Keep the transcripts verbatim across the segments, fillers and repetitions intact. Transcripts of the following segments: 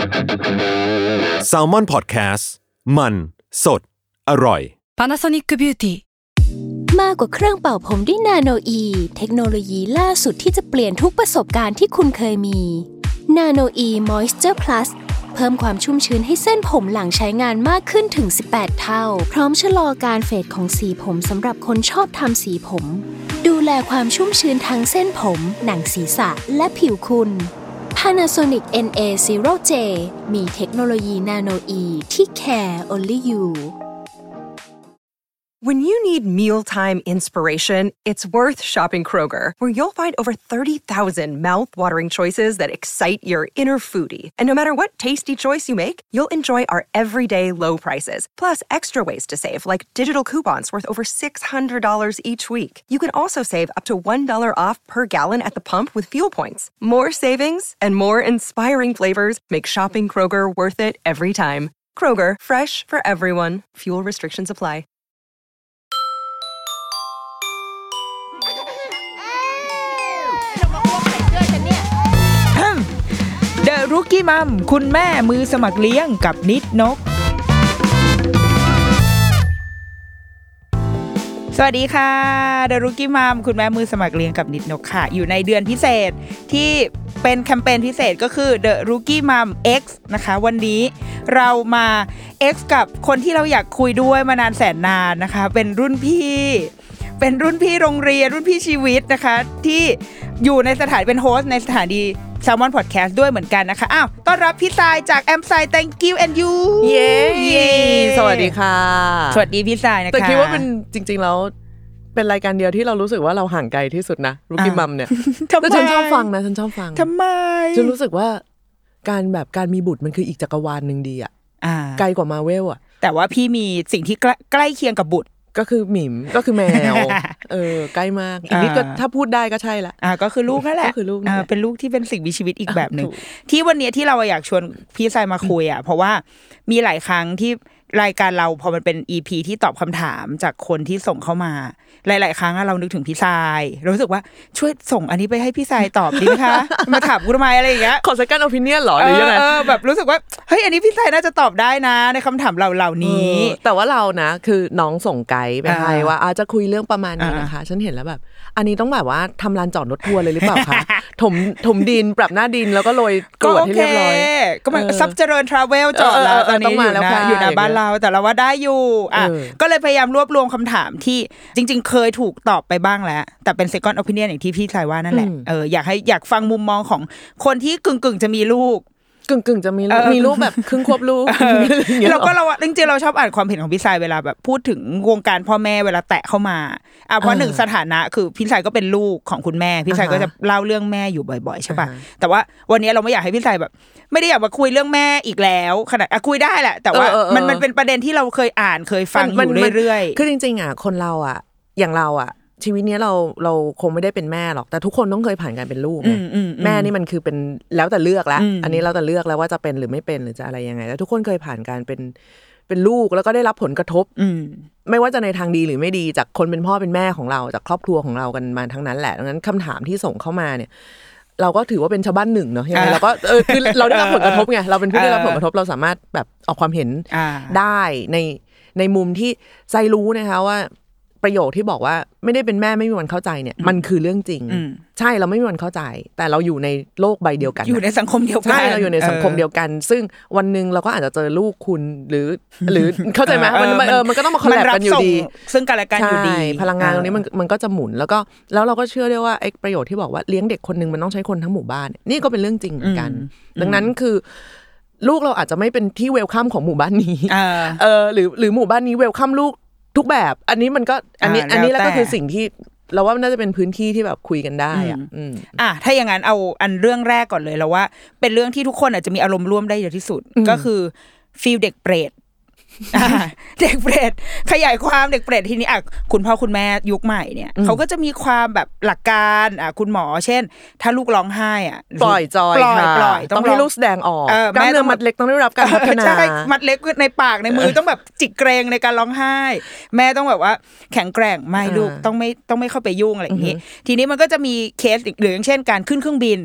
Salmon Podcast มันสดอร่อย Panasonic Beauty มากกว่าเครื่องเป่าผมด้วยนาโนอีเทคโนโลยีล่าสุดที่จะเปลี่ยนทุกประสบการณ์ที่คุณเคยมีนาโนอีมอยส์เจอร์พลัสเพิ่มความชุ่มชื้นให้เส้นผมหลังใช้งานมากขึ้นถึงสิบแปดเท่าพร้อมชะลอการเฟดของสีผมสำหรับคนชอบทำสีผมดูแลความชุ่มชื้นทั้งเส้นผมหนังศีรษะและผิวคุณ Panasonic เอ็น เอ ศูนย์ เจ มีเทคโนโลยีนาโนอีที่ care only you When you need mealtime inspiration, it's worth shopping Kroger, where you'll find over thirty thousand mouth-watering choices that excite your inner foodie. And no matter what tasty choice you make, you'll enjoy our everyday low prices, plus extra ways to save, like digital coupons worth over six hundred dollars each week. You can also save up to one dollar off per gallon at the pump with fuel points. More savings and more inspiring flavors make shopping Kroger worth it every time. Kroger, fresh for everyone. Fuel restrictions apply. เดอะรุกี้มัมคุณแม่มือสมัครเลี้ยงกับนิดนกสวัสดีค่ะเดอะรุกี้มัมคุณแม่มือสมัครเลี้ยงกับนิดนกค่ะอยู่ในเดือนพิเศษที่เป็นแคมเปญพิเศษก็คือ The Rookie Mom X นะคะวันนี้เรามา X กับคนที่เราอยากคุยด้วยมานานแสนนานนะคะเป็นรุ่นพี่เป็นรุ่นพี่โรงเรียนรุ่นพี่ชีวิตนะคะที่อยู่ในสถานเป็นโฮสต์ในสถานี Salmon Podcast ด้วยเหมือนกันนะคะอ้าวต้อนรับพี่ทรายจากแอมไซ Thank you and you เย้เย้สวัสดีค่ะสวัสดีพี่ทรายนะคะแต่คิดว่าเป็นจริงๆแล้วเป็นรายการเดียวที่เรารู้สึกว่าเราห่างไกลที่สุดนะรุกี้มัมเนี่ยแต่ฉันชอบฟังนะฉันชอบฟังทำไมฉันรู้สึกว่าการแบบการมีบุตรมันคืออีกจักรวาลนึงดีอ่ะไกลกว่ามาเวลอ่ะแต่ว่าพี่มีสิ่งที่ใกล้เคียงกับบุตรก็คือหมิมก็คือแมวเออใกล้มากอีกนิดก็ถ้าพูดได้ก็ใช่ละอ่าก็คือลูกนั่นแหละก็คือลูกอ่าเป็นลูกที่เป็นสิ่งมีชีวิตอีกแบบนึงที่วันนี้ที่เราอยากชวนพี่ทรายมาคุยอ่ะเพราะว่ามีหลายครั้งที่รายการเราพอมันเป็น อี พี ที่ตอบคำถามจากคนที่ส่งเข้ามาหลายๆครั้งเรานึกถึงพี่ทรายรู้สึกว่าช่วยส่งอันนี้ไปให้พี่ทรายตอบดีมั้ยคะมาถามกูทำไมอะไรอย่างเงี้ยขอ second opinion หรอหรือยังไงเออแบบรู้สึกว่าเฮ้ยอันนี้พี่ทรายน่าจะตอบได้นะในคำถามเหล่านี้แต่ว่าเรานะคือน้องส่งไกด์ไปให้ว่าอาจจะคุยเรื่องประมาณนี้นะคะฉันเห็นแล้วแบบอันนี้ต้องแบบว่าทำลานจอดรถทัวร์เลยหรือเปล่าคะถมถมดินปรับหน้าดินแล้วก็โรยกรวดให้เรียบร้อยก็มันซับเจริญทราเวลจอดแล้วตอนนี้อยู่นะอยู่ในบ้านเราแต่เราว่าได้อยู่อ่ะก็เลยพยายามรวบรวมคำถามที่จริงๆเคยถูกตอบไปบ้างแล้วแต่เป็น second opinion อย่างที่พี่ทรายว่านั่นแหละเอออยากให้อยากฟังมุมมองของคนที่กึ่งๆจะมีลูกกึ่งๆจะมีลูกมีลูกแบบครึ่งควบลูกแล้วก็เราจริงๆเราชอบอ่านความเห็นของพี่ทรายเวลาแบบพูดถึงวงการพ่อแม่เวลาแตะเข้ามาอ่ะเพราะหนึ่งสถานะคือพี่ทรายก็เป็นลูกของคุณแม่พี่ทรายก็จะเล่าเรื่องแม่อยู่บ่อยๆใช่ป่ะแต่ว่าวันนี้เราไม่อยากให้พี่ทรายแบบไม่ได้อยากมาคุยเรื่องแม่อีกแล้วขนาดอ่ะคุยได้แหละแต่ว่ามันมันเป็นประเด็นที่เราเคยอ่านเคยฟังอยู่เรื่อยๆคือจริงๆอ่ะคนเราอ่ะอย่างเราอ่ะชีวิตนี้เราเราคงไม่ได้เป็นแม่หรอกแต่ทุกคนต้องเคยผ่านการเป็นลูกไงแม่นี่มันคือเป็นแล้วแต่เลือกแล้วอันนี้เราแต่เลือกแล้วว่าจะเป็นหรือไม่เป็นหรือจะอะไรยังไงแล้วทุกคนเคยผ่านการเป็นเป็นลูกแล้วก็ได้รับผลกระทบไม่ว่าจะในทางดีหรือไม่ดีจากคนเป็นพ่อเป็นแม่ของเราจากครอบครัวของเรากันมาทั้งนั้นแหละดังนั้นคำถามที่ส่งเข้ามาเนี่ยเราก็ถือว่าเป็นชาวบ้านหนึ่งเนาะยังไงเราก็เออคือเราได้รับผลกระทบไงเราเป็นผู้ได้รับผลกระทบเราสามารถแบบออกความเห็นได้ในในมุมที่ใจรู้นะคะว่าประโยคที่บอกว่าไม่ได้เป็นแม่ไม่มีวันเข้าใจเนี่ยมันคือเรื่องจริงใช่เราไม่มีวันเข้าใจแต่เราอยู่ในโลกใบเดียวกันอยู่ในสังคมเดียวกันใช่เราอยู่ในสังคมเดียวกันซึ่งวันนึงเราก็อาจจะเจอลูกคุณหรือหรือเข้าใจมั้ยมันเออมันก็ต้องมาคอลแลบกันอยู่ดีซึ่งกันและกันอยู่ดีพลังงานตรงนี้มันมันก็จะหมุนแล้วก็แล้วเราก็เชื่อด้วยว่าไอ้ประโยชน์ที่บอกว่าเลี้ยงเด็กคนนึงมันต้องใช้คนทั้งหมู่บ้านนี่ก็เป็นเรื่องจริงเหมือนกันดังนั้นคือลูกเราอาจจะไม่เป็นที่เวลคัมของหมู่บ้านนี้เออหรือหรือหมู่บ้านนี้เวลคัมลูกทุกแบบอันนี้มันก็อันนี้อันนี้แล้วก็คือสิ่งที่เราว่าน่าจะเป็นพื้นที่ที่แบบคุยกันได้อ่ะอ่ะถ้าอย่างนั้นเอาอันเรื่องแรกก่อนเลยแล้วว่าเป็นเรื่องที่ทุกคนอาจจะมีอารมณ์ร่วมได้เยอะที่สุดก็คือฟีลเด็กเปรตเด็กเปรตขยายความเด็กเปรตทีนี้อ่ะคุณพ่อคุณแม่ยุคใหม่เนี่ยเขาก็จะมีความแบบหลักการอ่ะคุณหมอเช่นถ้าลูกร้องไห้อ่ะปล่อยจอยค่ะต้องให้ลูกแสดงออกกล้ามเนื้อมัดเล็กต้องได้รับการพัฒนาใช่มัดเล็กในปากในมือต้องแบบจิกเกรงในการร้องไห้แม่ต้องแบบว่าแข็งแกร่งไม่ลูกต้องไม่ต้องไม่เข้าไปยุ่งอะไรอย่างงี้ทีนี้มันก็จะมีเคสหรืออย่างเช่นการขึ้นเครื่องบิน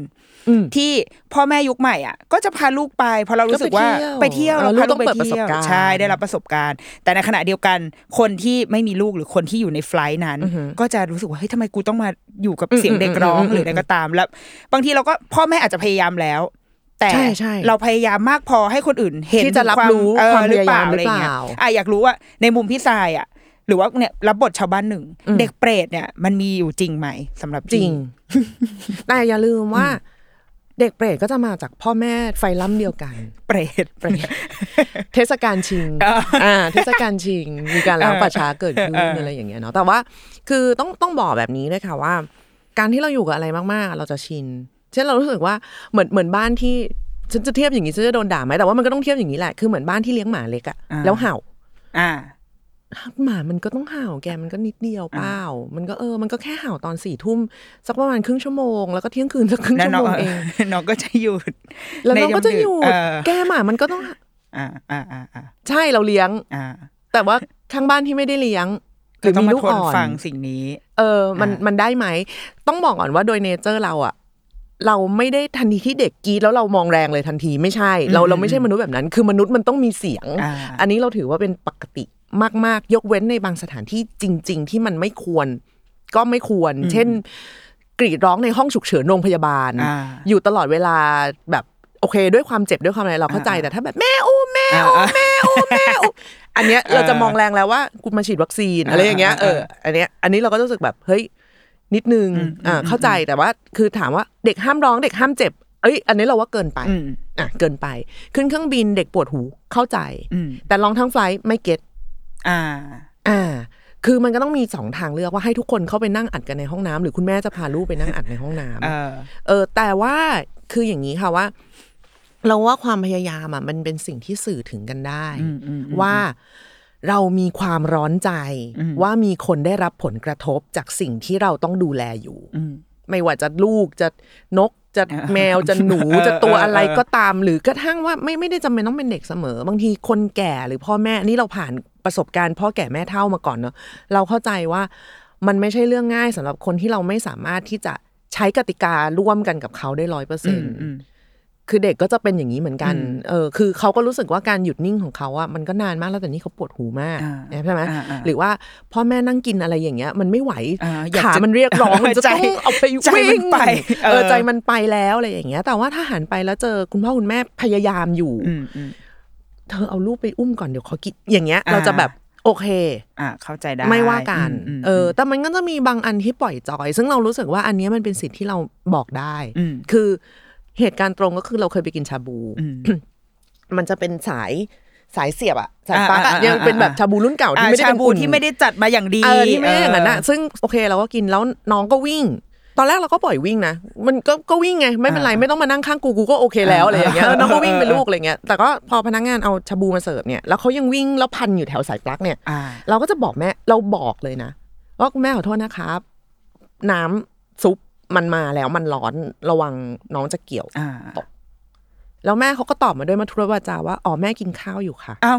ที่พ่อแม่ยุคใหม่อ่ะก็จะพาลูกไปเพราะเรารู้สึกว่าไปเที่ยวเราพาลูกไปเที่ยวใช่ได้รับประสบการณ์แต่ในขณะเดียวกันคนที่ไม่มีลูกหรือคนที่อยู่ในไฟล์นั้นก็จะรู้สึกว่าเฮ้ยทำไมกูต้องมาอยู่กับเสียงเด็กร้องหรืออะไรก็ตามแล้วบางทีเราก็พ่อแม่อาจจะพยายามแล้วแต่เราพยายามมากพอให้คนอื่นเห็นที่จะรับรู้ความพยายามหรือเปล่าอ่ะอยากรู้ว่าในมุมพี่ทรายอ่ะหรือว่าเนี่ยรับบทชาวบ้านหนึ่งเด็กเปรตเนี่ยมันมีอยู่จริงไหมสำหรับจริงแต่อย่าลืมว่าเด็กเปรตก็จะมาจากพ่อแม่ไฟล่ำเดียวกันเปรตเปรตเทศกาลชิงอ่าเทศกาลชิงมีการล้างป่าช้าเกิดขึ้นอะไรอย่างเงี้ยเนาะแต่ว่าคือต้องต้องบอกแบบนี้เลยค่ะว่าการที่เราอยู่กับอะไรมากๆเราจะชินเช่นเรารู้สึกว่าเหมือนเหมือนบ้านที่ฉันจะเทียบอย่างนี้ฉันจะโดนด่าไหมแต่ว่ามันก็ต้องเทียบอย่างนี้แหละคือเหมือนบ้านที่เลี้ยงหมาเล็กอะแล้วเห่าอ่าหมามันก็ต้องเห่าแกมันก็นิดเดียวเปล่ามันก็เออมันก็แค่เห่าตอนสี่ทุ่มสักประมาณครึ่งชั่วโมงแล้วก็เที่ยงคืนสักครึ่งชั่วโมงเองน้องก็จะหยุดแล้วน้องก็จะหยุดแกหมามันก็ต้องอ่าอ่าอ่าใช่เราเลี้ยงแต่ว่าข้างบ้านที่ไม่ได้เลี้ยงหรือมีลูกอ่อนฟังสิ่งนี้เออมันมันได้ไหมต้องบอกก่อนว่าโดยเนเจอร์เราอะเราไม่ได้ทันทีที่เด็กกรี๊ดแล้วเรามองแรงเลยทันทีไม่ใช่เราเราไม่ใช่มนุษย์แบบนั้นคือมนุษย์มันต้องมีเสียงอันนี้เราถือว่าเป็นปกติมากๆยกเว้นในบางสถานที่จริงๆที่มันไม่ควรก็ไม่ควรเช่นกรีดร้องในห้องฉุกเฉินโรงพยาบาลอยู่ตลอดเวลาแบบโอเคด้วยความเจ็บด้วยความอะไรเราเข้าใจแต่ถ้าแบบแม่อู้แม่อู้แม่อู้แม่อู้อันเนี้ยเราจะมองแรงแล้วว่ากูมาฉีดวัคซีนอะไรอย่างเงี้ยเอออันเนี้ยอันนี้เราก็รู้สึกแบบเฮ้ยนิดนึงอ่าเข้าใจแต่ว่าคือถามว่าเด็กห้ามร้องเด็กห้ามเจ็บเอ้ยอันนี้เราว่าเกินไปอ่ะเกินไปขึ้นเครื่องบินเด็กปวดหูเข้าใจแต่ร้องทั้งไฟล์ไม่เก็ตอ่าอ่าคือมันก็ต้องมีสองทางเลือกว่าให้ทุกคนเข้าไปนั่งอัดกันในห้องน้ำหรือคุณแม่จะพาลูกไปนั่งอัดในห้องน้ำ เออเออแต่ว่าคืออย่างนี้ค่ะว่าเราว่าความพยายามอ่ะมันเป็นสิ่งที่สื่อถึงกันได้ว่าเรามีความร้อนใจว่ามีคนได้รับผลกระทบจากสิ่งที่เราต้องดูแลอยู่ไม่ว่าจะลูกจะนกจะแมวจะหนูจะตัวอะไรก็ตามหรือกระทั่งว่าไม่ไม่ได้จำเป็นต้องเป็นเด็กเสมอบางทีคนแก่หรือพ่อแม่นี่เราผ่านประสบการณ์พ่อแก่แม่เฒ่ามาก่อนเนาะเราเข้าใจว่ามันไม่ใช่เรื่องง่ายสำหรับคนที่เราไม่สามารถที่จะใช้กติการ่วมกันกับเขาได้ร้อยเปอร์เซ็นต์คือเด็กก็จะเป็นอย่างนี้เหมือนกันเออคือเขาก็รู้สึกว่าการหยุดนิ่งของเขาอะมันก็นานมากแล้วแต่นี่เขาปวดหูมากใช่ไหมหรือว่าพ่อแม่นั่งกินอะไรอย่างเงี้ยมันไม่ไหวขามันเรียกร้องมันจะต้องเอาไปวิ่งไปเออใจมันไปแล้วอะไรอย่างเงี้ยแต่ว่าถ้าหันไปแล้วเจอคุณพ่อคุณแม่พยายามอยู่เธอเอาลูกไปอุ้มก่อนเดี๋ยวเขากินอย่างเงี้ยเราจะแบบโอเคอ่าเข้าใจได้ไม่ว่ากันเออแต่มันก็จะมีบางอันที่ปล่อยจอยซึ่งเรารู้สึกว่าอันนี้มันเป็นสิทธิ์ที่เราบอกได้คือเหตุการณ์ตรงก็คือเราเคยไปกินชาบูมันจะเป็นสายสายเสียบอะสายปลั๊กอะยังเป็นแบบชาบูรุ่นเก่าที่ไม่ได้เป็นอุ่นที่ไม่ได้จัดมาอย่างดีเออที่ไม่ได้อย่างนั้นนะซึ่งโอเคเราก็กินแล้วน้องก็วิ่งตอนแรกเราก็ปล่อยวิ่งนะมันก็ก็วิ่งไงไม่เป็นไรไม่ต้องมานั่งข้างกูกูก็โอเคแล้วอะไรอย่างเงี้ยน้องก็วิ่งเป็นลูกอะไรเงี้ยแต่ก็พอพนักงานเอาชาบูมาเสิร์ฟเนี่ยแล้วเขายังวิ่งแล้วพันอยู่แถวสายปลั๊กเนี่ยเราก็จะบอกแม่เราบอกเลยนะว่าแม่ขอโทษนะครับน้ำซุปมันมาแล้วมันร้อนระวังน้องจะเกี่ยวตกแล้วแม่เขาก็ตอบมาด้วยมัธยวาจาว่าอ๋อแม่กินข้าวอยู่ค่ะอ้าว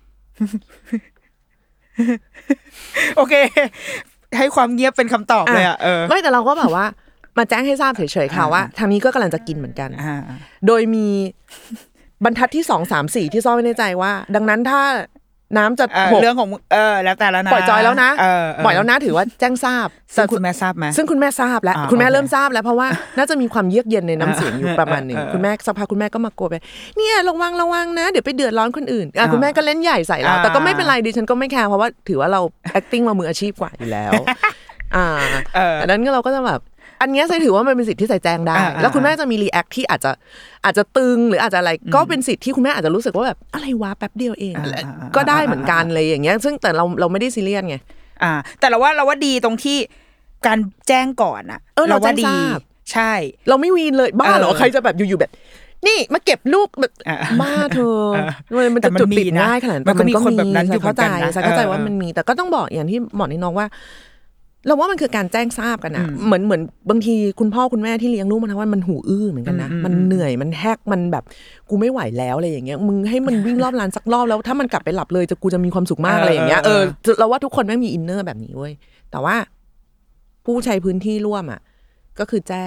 โอเคให้ความเงียบเป็นคำตอบเลยอ่ะเออไม่แต่เราก็แบบว่ามาแจ้งให้ทราบเฉยๆค่ะว่าทางนี้ก็กำลังจะกินเหมือนกันโดยมีบรรทัดที่สอง สาม สี่ที่ซ่อนไว้ในใจว่าดังนั้นถ้าน้ำจะเรื่องของเออแล้วแต่แล้วนะปล่อยจอยแล้วนะปล่อยแล้วนะถือว่าแจ้งทราบซึ่งคุณแม่ทราบไหมซึ่งคุณแม่ทราบแล้วคุณแม่เริ่มทราบแล้วเพราะว่าน่าจะมีความเยือกเย็นในน้ำเสียงอยู่ประมาณหนึ่งคุณแม่สักพักคุณแม่ก็มาโกรธไปเนี่ยระวังระวังนะเดี๋ยวไปเดือดร้อนคนอื่นคุณแม่ก็เล่นใหญ่ใส่เราแต่ก็ไม่เป็นไรดิฉันก็ไม่แคร์เพราะว่าถือว่าเรา acting เรามืออาชีพกว่าอยู่แล้วอ่าดังนั้นเราก็จะแบบอันนี้ใส่ถือว่ามันเป็นสิทธิ์ที่ใส่แจ้งได้แล้วคุณแม่จะมีรีแอคที่อาจจะอาจจะตึงหรืออาจจะอะไรก็เป็นสิทธิ์ที่คุณแม่อาจจะรู้สึกว่าแบบอะไรวะแป๊บเดียวเองก็ได้เหมือนกันเลยอย่างเงี้ยซึ่งแต่เราเราไม่ได้ซีเรียสไงอ่าแต่เราว่าเราว่าดีตรงที่การแจ้งก่อนอะเราว่าดีใช่เราไม่วีนเลยบ้าเหรอใครจะแบบอยู่ๆแบบนี่มาเก็บลูกแบบบ้าเธอมันจะจุดติดง่ายขนาดนั้นมันก็มีคนแบบนั้นอยู่เข้าใจเข้าใจว่ามันมีแต่ก็ต้องบอกอย่างที่บอกนี่น้องว่าเราว่ามันคือการแจ้งทราบกันนะเหมือนเหมือนบางทีคุณพ่อคุณแม่ที่เลี้ยงลูกมันทั้งวันมันหูอื้อเหมือนกันนะมันเหนื่อยมันแฮกมันแบบกูไม่ไหวแล้วอะไรอย่างเงี้ยมึงให้มันวิ่งรอบลานสักรอบแล้วถ้ามันกลับไปหลับเลยจะกูจะมีความสุขมากอะไรอย่างเงี้ยเออเราว่าทุกคนไม่มีอินเนอร์แบบนี้เว้ยแต่ว่าผู้ใช้พื้นที่ร่วมอ่ะก็คือแจ้ง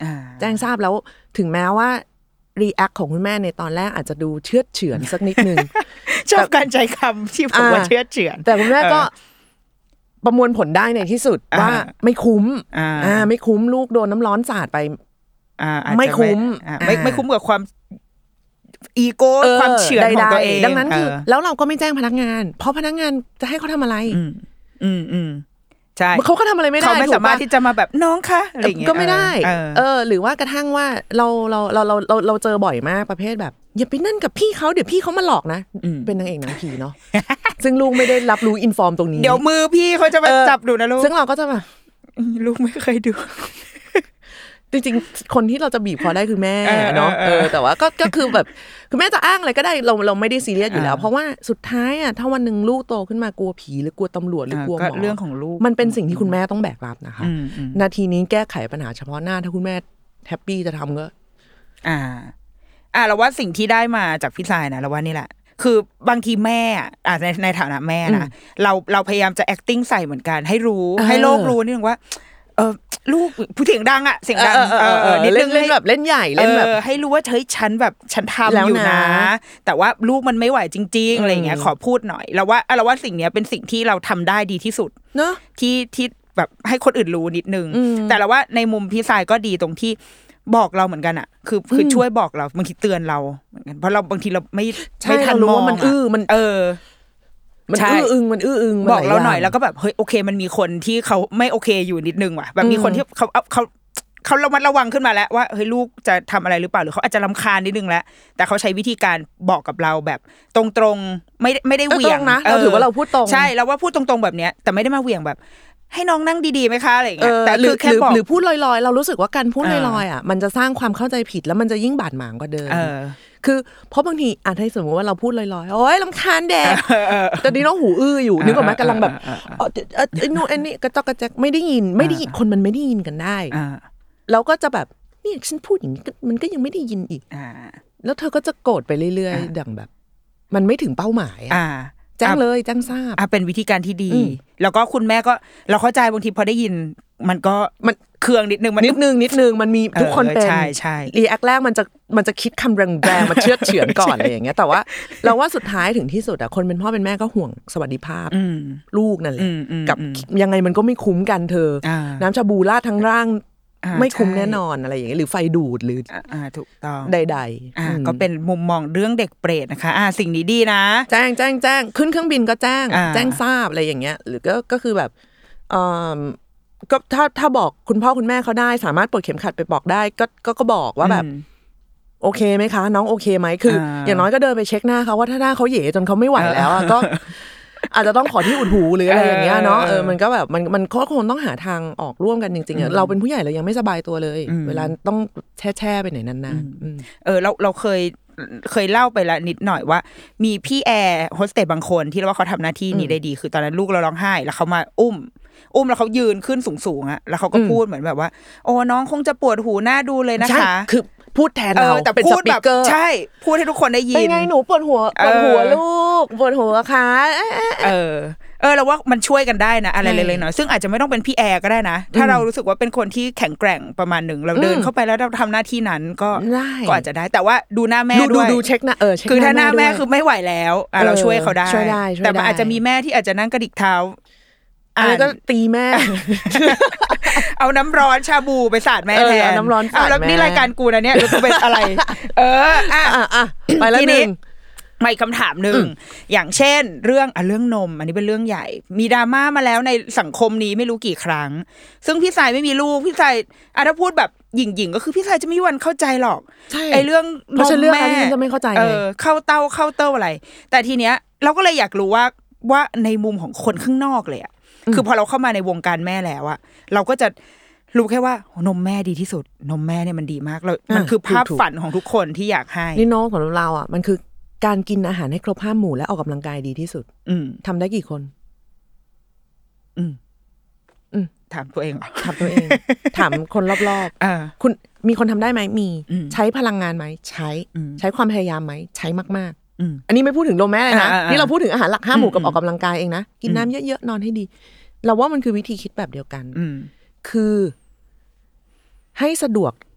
แจ้งทราบแล้วถึงแม้ว่ารีแอคของคุณแม่ในตอนแรกอาจจะดูเชื่อเฉือนสักนิดนึงชอบการใช้คำที่บอกว่าเชื่อเฉือนแต่คุณแม่ก็ประมวลผลได้ในที่สุดว่าไม่คุ้มอ่าไม่คุ้มลูกโดนน้ำร้อนสาดไปไม่คุ้มไม่ไม่คุ้มกับความอีโก้ความเฉือนของตัวเองดังนั้นคือแล้วเราก็ไม่แจ้งพนักงานเพราะพนักงานจะให้เขาทำอะไรอืมอืมอืมใช่เขาก็ทำอะไรไม่ได้เขาไม่สามารถที่จะมาแบบน้องคะอะไรอย่างเงี้ยก็ไม่ได้เออหรือว่ากระทั่งว่าเราเราเราเราเราเราเจอบ่อยมากประเภทแบบอย่าไปนั่นกับพี่เขาเดี๋ยวพี่เขามาหลอกนะเป็นนางเอกนางผีเนาะซึ่งลูกไม่ได้รับรู้อินฟอร์มตรงนี้เดี๋ยวมือพี่เขาจะมาจับดูนะลูกซึ่งเราก็จะแบบลูกไม่เคยดูจริงๆคนที่เราจะบีบคอได้คือแม่เนาะเออแต่ว่าก็ก็คือแบบคือแม่จะอ้างอะไรก็ได้เราเราไม่ได้ซีเรียสอยู่แล้วเพราะว่าสุดท้ายอ่ะถ้าวันนึงลูกโตขึ้นมากลัวผีหรือกลัวตำรวจหรือกลัวหมอเรื่องของลูกมันเป็นสิ่งที่คุณแม่ต้องแบกรับนะคะนาทีนี้แก้ไขปัญหาเฉพาะหน้าถ้าคุณแม่แฮปปี้จะทำก็อ่าอ่าเราว่าสิ่งที่ได้มาจากพี่ทรายนะเราว่านี่แหละคือบางทีแม่อ่าในในฐานะแม่นะเราเราพยายามจะ acting ใส่เหมือนกันให้รู้ให้โลกรู้นิดนึงว่าเออลูกผู้เสียงดังอะเสียงดังเออเออเล่นเล่นแบบเล่นใหญ่เล่นแบบให้รู้ว่าเฮ้ยฉันแบบฉันทำอยู่นะแต่ว่าลูกมันไม่ไหวจริงๆอะไรเงี้ยขอพูดหน่อยเราว่าเราว่าสิ่งนี้เป็นสิ่งที่เราทำได้ดีที่สุดเนาะที่ที่แบบให้คนอื่นรู้นิดนึงแต่เราว่าในมุมพี่ทรายก็ดีตรงที่บอกเราเหมือนกันอะคือคือช่วยบอกเราบางทีเตือนเราเหมือนกันเพราะเราบางทีเราไม่ไม่ทันมองมันอื้อมันเออมันอื้ออึงมันอื้ออึงบอกเราหน่อยแล้วก็แบบเฮ้ยโอเคมันมีคนที่เขาไม่โอเคอยู่นิดนึงว่ะแบบมีคนที่เขาเขาเขาระมัดระวังขึ้นมาแล้วว่าเฮ้ยลูกจะทำอะไรหรือเปล่าหรือเขาอาจจะรำคาญนิดนึงแล้วแต่เขาใช้วิธีการบอกกับเราแบบตรงๆไม่ไม่ได้เหวี่ยงนะเราถือว่าเราพูดตรงใช่แล้วว่าพูดตรงๆแบบเนี้ยแต่ไม่ได้มาเหวี่ยงแบบให้น้องนั่งดีๆไหมคะอะไรอย่างเงี้ยแต่คือแค่บอกหรือพูดลอยๆเรารู้สึกว่าการพูดลอยๆอ่ะมันจะสร้างความเข้าใจผิดแล้วมันจะยิ่งบาดหมางกว่าเดิมคือเพราะบางทีอาจให้สมมติว่าเราพูดลอยๆโอ๊ยรำคาญแดดแต่นี่น้องหูอื้ออยู่นึกออกไหมกำลังแบบไอ้นู่นไอ้นี่กระจอกกระแจกไม่ได้ยินไม่ได้ยินคนมันไม่ได้ยินกันได้แล้วก็จะแบบนี่ฉันพูดอย่างนี้มันก็ยังไม่ได้ยินอีกแล้วเธอก็จะโกรธไปเรื่อยๆดังแบบมันไม่ถึงเป้าหมายอ่ะแจ้งเลยแจ้งทราบอ่ะเป็นวิธีการที่ดีแล้วก็คุณแม่ก็เราเข้าใจบางทีพอได้ยินมันก็มันเครื่องนิดนึงมันนิดนึงนิดนึงมันมีทุกคนเป็นใช่ใช่รีแอคแรกมันจะมันจะคิดคำแรงๆมาเชือดเฉือนก่อนอะไรอย่างเงี้ยแต่ว่าเราว่าสุดท้ายถึงที่สุดอ่ะคนเป็นพ่อเป็นแม่ก็ห่วงสวัสดิภาพลูกนั่นแหละกับยังไงมันก็ไม่คุ้มกันเธอน้ำชาบูราดทั้งร่างไม่คุ้มแน่นอนอะไรอย่างเงี้ยหรือไฟดูดหรืออ่าถูกต้องใดๆอ่าก็เป็นมุมมองเรื่องเด็กเปรตนะคะอ่าสิ่งนี้ดีนะแจ้งแจ้งแจ้งขึ้นเครื่องบินก็แจ้งแจ้งทราบอะไรอย่างเงี้ยหรือก็ก็คือแบบเอ่อก็ถ้าถ้าบอกคุณพ่อคุณแม่เขาได้สามารถปลดเข็มขัดไปบอกได้ก็ก็ก็บอกว่าแบบโอเคไหมคะน้องโอเคไหมคืออย่างน้อยก็เดินไปเช็คหน้าเขาว่าถ้าหน้าเขาเหย่จนเขาไม่ไหวแล้วก็อาจจะต้องขอที่อุดหูหรืออะไรอย่างเงี้ยเนาะเออมันก็แบบมันมันก็คงต้องหาทางออกร่วมกันจริงๆเราเป็นผู้ใหญ่เรายังไม่สบายตัวเลยเวลาต้องแช่แช่ไปไหนนานๆเออเราเราเคยเคยเล่าไปแล้วนิดหน่อยว่ามีพี่แอร์โฮสเตสบางคนที่เราว่าเขาทำหน้าที่นี้ได้ดีคือตอนนั้นลูกเราร้องไห้แล้วเขามาอุ้มอุ้มแล้วเขายืนขึ้นสูงๆอ่ะแล้วเขาก็พูดเหมือนแบบว่าโอ้น้องคงจะปวดหูหน้าดูเลยนะคะคือพูดแทนเราแต่เป็นสปีกเกอร์ใช่พูดให้ทุกคนได้ยินเป็นไงหนูปวดหัวปวดหัวลูกปวดหัวค่ะเออเออเราว่ามันช่วยกันได้นะอะไรเล็กๆน้อยซึ่งอาจจะไม่ต้องเป็นพี่แอร์ก็ได้นะถ้าเรารู้สึกว่าเป็นคนที่แข็งแกร่งประมาณหนึ่งเราเดินเข้าไปแล้วเราทำหน้าที่นั้นก็ก็อาจจะได้แต่ว่าดูหน้าแม่ด้วยดูเช็คนะเออคือถ้าหน้าแม่คือไม่ไหวแล้วอ่ะเราช่วยเขาได้แต่มันอาจจะมีแม่ที่อาจจะนั่งกระดิกเท้าอะไรก็ตีแม่เอาน้ำร้อนชาบูไปสาดแม่แทนน้ำร้อนสาดแม่แล้วนี่รายการกูนะเนี่ยจะเป็นอะไรเอออ่ะอ่ะไปแล้วนึงมาอีกคำถามหนึ่งอย่างเช่นเรื่องอ่ะเรื่องนมอันนี้เป็นเรื่องใหญ่มีดราม่ามาแล้วในสังคมนี้ไม่รู้กี่ครั้งซึ่งพี่สายไม่มีลูกพี่สายอ่ะถ้าพูดแบบหยิ่งๆก็คือพี่สายจะไม่มีวันเข้าใจหรอกไอ้เรื่องนมแม่จะไม่เข้าใจเออเข้าเต้าเข้าเต้าอะไรแต่ทีเนี้ยเราก็เลยอยากรู้ว่าว่าในมุมของคนข้างนอกเลยอ่ะคือพอเราเข้ามาในวงการแม่แล้วอะเราก็จะรู้แค่ว่านมแม่ดีที่สุดนมแม่เนี่ยมันดีมากแล้วมันคือภาพฝันของทุกคนที่อยากให้นี่น้องของเราอะมันคือการกินอาหารให้ครบห้าหมู่และออกกำลังกายดีที่สุดทำได้กี่คนอืมอืมถามตัวเองถามตัวเองถามคนรอบๆคุณมีคนทำได้ไหมมีใช้พลังงานไหมใช้ใช้ความพยายามไหมใช้มากๆอันนี้ไม่พูดถึงนมแม่เลยนะนี่เราพูดถึงอาหารหลักห้าหมู่กับออกกำลังกายเองนะกินน้ำเยอะๆนอนให้ดีเราว่ามันคือวิธีคิดแบบเดียวกันคือให้สะดวก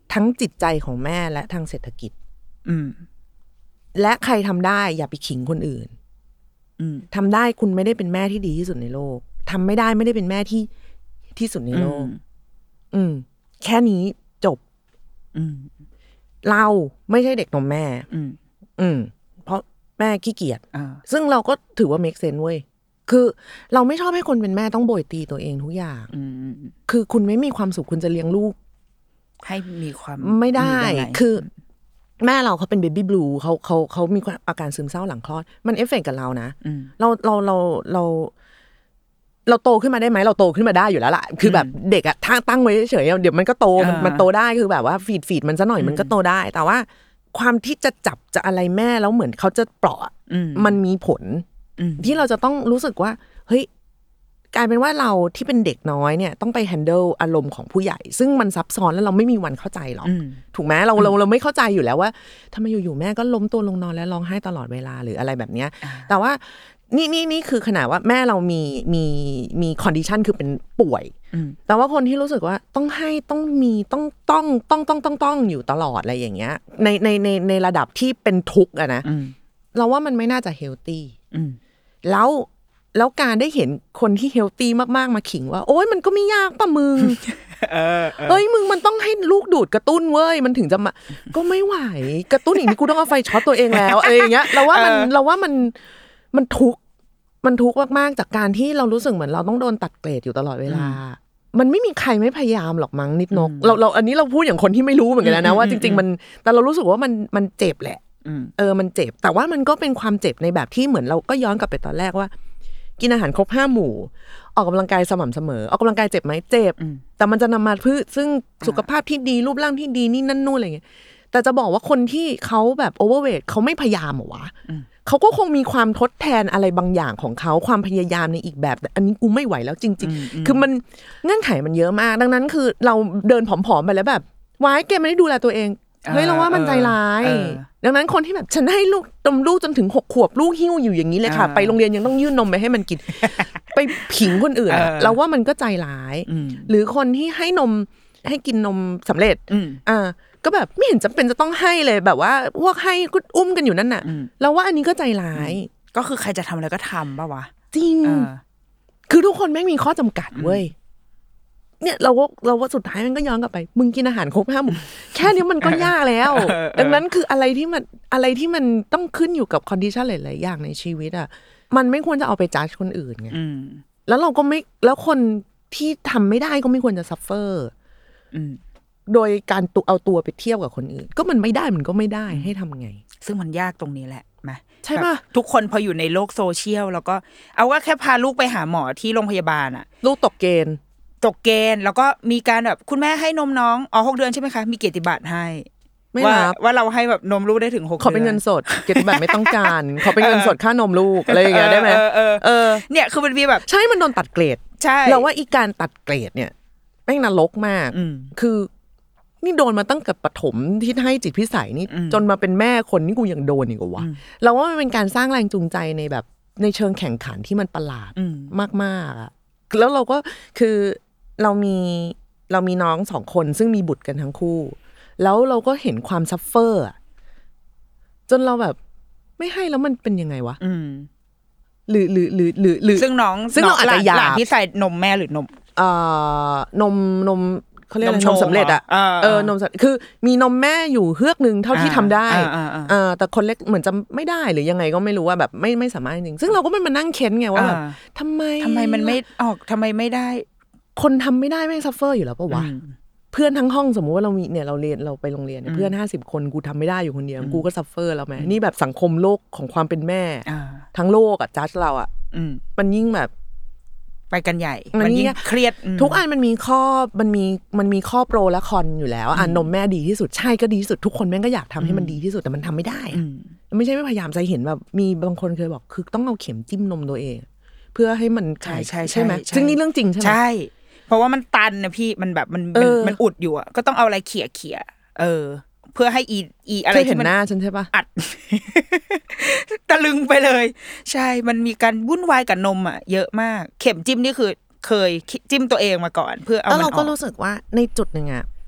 ทั้งจิตใจของแม่และทางเศรษฐกิจอืมและใครทำได้อย่าไปขิงคนอื่นทำได้คุณไม่ได้เป็นแม่ที่ดีที่สุดในโลกทำไม่ได้ไม่ได้เป็นแม่ที่ที่สุดในโลกอืมแค่นี้จบเราไม่ใช่เด็กนมแม่อืมเพราะแม่ขี้เกียจซึ่งเราก็ถือว่า make sense เว้ยคือเราไม่ชอบให้คนเป็นแม่ต้องโบยตีตัวเองทุกอย่างคือคุณไม่มีความสุขคุณจะเลี้ยงลูกให้มีความไม่ได้คือแม่เราเขาเป็นเบบี้บลูเขาเขาเขามีอาการซึมเศร้าหลังคลอดมันเอฟเฟกต์กับเรานะเราเราเราเราเราโตขึ้นมาได้ไหมเราโตขึ้นมาได้อยู่แล้วล่ะคือแบบเด็กอะตั้งตั้งไว้เฉยๆเดี๋ยวมันก็โตมันมันโตได้คือแบบว่าฟีดฟีดมันซะหน่อยมันก็โตได้แต่ว่าความที่จะจับจะอะไรแม่แล้วเหมือนเขาจะเปราะมันมีผลที่เราจะต้องรู้สึกว่าเฮ้ยกลายเป็นว่าเราที่เป็นเด็กน้อยเนี่ยต้องไปแฮนเดิลอารมณ์ของผู้ใหญ่ซึ่งมันซับซ้อนแล้วเราไม่มีวันเข้าใจหรอกถูกไหมเราเราเราไม่เข้าใจอยู่แล้วว่าทำไมอยู่ๆแม่ก็ล้มตัวลงนอนแล้วร้องไห้ตลอดเวลาหรืออะไรแบบเนี้ยแต่ว่านี่นี่นี่คือขนาดว่าแม่เรามีมีมีคอนดิชันคือเป็นป่วยแต่ว่าคนที่รู้สึกว่าต้องให้ต้องมีต้องต้องต้องต้องต้องต้องอยู่ตลอดอะไรอย่างเงี้ยในในในในระดับที่เป็นทุกข์อะนะเราว่ามันไม่น่าจะเฮลตี้แล้วแล้วการได้เห็นคนที่เฮลตี้มากๆมาขิงว่าโอ๊ยมันก็ไม่ยากป่ะมึงเออเอ้ยมึงมันต้องให้ลูกดูดกระตุ้นเว้ยมันถึงจะมาก็ไม่ไหวกระตุ้นอย่างนี้กูต้องเอาไฟช็อตตัวเองแล้วอะไรอย่างเงี้ยเราว่ามันเราว่ามันมันทุกข์มันทุกข์มากๆจากการที่เรารู้สึกเหมือนเราต้องโดนตัดเกรดอยู่ตลอดเวลามันไม่มีใครไม่พยายามหรอกมั้งนิดนกเราเราอันนี้เราพูดอย่างคนที่ไม่รู้เหมือนกันนะว่าจริงๆมันแต่เรารู้สึกว่ามันมันเจ็บแหละเออมันเจ็บแต่ว่ามันก็เป็นความเจ็บในแบบที่เหมือนเราก็ย้อนกลับไปตอนแรกว่ากินอาหารครบห้าหมู่ออกกำลังกายสม่ำเสมอออกกำลังกายเจ็บไหมเจ็บแต่มันจะนำมาเพื่อซึ่งสุขภาพที่ดีรูปร่างที่ดีนี่นั่นนู่นอะไรเงี้ยแต่จะบอกว่าคนที่เขาแบบโอเวอร์เวทเขาไม่พยายามหรอวะเขาก็คงมีความทดแทนอะไรบางอย่างของเขาความพยายามในอีกแบบแต่อันนี้กูไม่ไหวแล้วจริงๆคือมันเงื่อนไขมันเยอะมากดังนั้นคือเราเดินผอมๆไปแล้วแบบว้ายแกไม่ได้ดูแลตัวเองเฮ้ยเราว่ามันใจร้ายดังนั้นคนที่แบบฉันให้ลูกนมลูกจนถึงหกขวบลูกหิ้วอยู่อย่างนี้เลยค่ะไปโรงเรียนยังต้องยื่นนมไปให้มันกินไปผิงคนอื่นเราว่ามันก็ใจร้ายหรือคนที่ให้นมให้กินนมสำเร็จอ่าก็แบบไม่เห็นจำเป็นจะต้องให้เลยแบบว่าพวกให้ก็อุ้มกันอยู่นั่นน่ะเราว่าอันนี้ก็ใจร้ายก็คือใครจะทำอะไรก็ทำป่ะวะจริงคือทุกคนไม่มีข้อจำกัดเว้ยเนี่ยเราว่าเราว่าสุดท้ายมันก็ย้อนกลับไปมึงกินอาหารครบห้าหมู่แค่นี้มันก็ยากแล้วดังนั้นคืออะไรที่มันอะไรที่มันต้องขึ้นอยู่กับคอนดิชันหลายๆอย่างในชีวิตอ่ะมันไม่ควรจะเอาไปจัดคนอื่นไงแล้วเราก็ไม่แล้วคนที่ทำไม่ได้ก็ไม่ควรจะซัฟเฟอร์โดยการตุเอาตัวไปเทียบกับคนอื่นก็มันไม่ได้มันก็ไม่ได้ให้ทำไงซึ่งมันยากตรงนี้แหละไหมใช่ป่ะทุกคนพออยู่ในโลกโซเชียลแล้วก็เอาว่าแค่พาลูกไปหาหมอที่โรงพยาบาลอ่ะลูกตกเกณฑ์ตกเกณฑ์แล้วก็มีการแบบคุณแม่ให้นมน้องอ๋อหกเดือนใช่ไหมคะมีเกียรติบัตรให้ว่าว่าเราให้แบบนมลูกได้ถึงหกเดือนขอเป็นเงินสดเกียรติบัตรไม่ต้องการขอเป็นเงินสดค่านมลูกอะไรอย่างเงี้ยได้ไหมเออเนี่ยคือมันมีแบบใช่มันโดนตัดเกรดใช่เราว่าอีการตัดเกรดเนี่ยแม่งนรกมากคือนี่โดนมาตั้งแต่ประถมที่ให้จิตพิสัยนี่จนมาเป็นแม่คนนี่กูยังโดนอีกวะเราว่ามันเป็นการสร้างแรงจูงใจในแบบในเชิงแข่งขันที่มันประหลาดมากๆอ่ะแล้วเราก็คือเรามีเรามีน้องสองคนซึ่งมีบุตรกันทั้งคู่แล้วเราก็เห็นความซัฟเฟอร์จนเราแบบไม่ให้แล้วมันเป็นยังไงวะหรือหรือหรือหรือหรือซึ่งน้องซึ่งเราอาจจะอยากที่ใส่นมแม่หรือนมเอ่อนมนมเขาเรียกอะไรนมสำเร็จอ่ะเออนมคือมีนมแม่อยู่เฮือกนึงเท่าที่ทำได้เออแต่คนเล็กเหมือนจะไม่ได้หรือยังไงก็ไม่รู้ว่าแบบไม่ไม่สามารถจริงซึ่งเราก็ไม่มานั่งเค้นไงว่าแบบทำไมทำไมมันไม่ออกทำไมไม่ได้คนทำไม่ได้แม่งซัฟเฟอร์อยู่แล้วป่ะวะเพื่อนทั้งห้องสมมุติว่าเรามีเนี่ยเราเรียนเราไปโรงเรียนเพื่อนห้าสิบคนกูทำไม่ได้อยู่คนเดียวกูก็ซัฟเฟอร์แล้วแม่นี่แบบสังคมโลกของความเป็นแม่ทั้งโลกอ่ะจัดเราอ่ะมันยิ่งแบบไปกันใหญ่มันยิ่งเครียดทุกอันมันมีข้อมันมีมันมีข้อโปรและคอนอยู่แล้วอ่ะนมแม่ดีที่สุดใช่ก็ดีที่สุดทุกคนแม่งก็อยากทำให้มันดีที่สุดแต่มันทำไม่ได้ไม่ใช่ไม่พยายามใจเห็นแบบมีบางคนเคยบอกคือต้องเอาเข็มจิ้มนมตัวเองเพื่อให้มันใช่ใช่ใช่ไหมซึ่งนี่เรื่องจริงใช่ไหมใช่เพราะว่ามันตันนะพี่มันแบบมันมันอุดอยู่อ่ะก็ต้องเอาอะไรเขี่ยเขี่ยเออเพื่อให้อีอีอะไรที่มันหน้าฉันใช่ปะอัดตะลึงไปเลยใช่มันมีการวุ่นวายกับนมอ่ะเยอะมากเข็มจิ้มนี่คือเคยจิ้มตัวเองมาก่อนเพื่อเอามันออกแล้วเราก็รู้สึกว่าในจุดนึงอ่ะ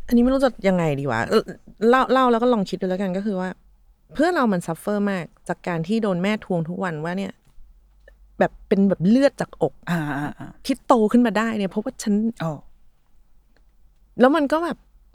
อันนี้ไม่รู้จะยังไงดีวะเล่าเล่าแล้วก็ลองคิดดูแล้วกันก็คือว่าเพื่อนเรามันซัฟเฟอร์มากจากการที่โดนแม่ทวงทุกวันว่าเนี่ยแบบเป็นแบบเลือดจากอกอ่าที่โตขึ้นมาได้เนี่ยเพราะว่าฉันอ๋อแล้วมันก็แบบ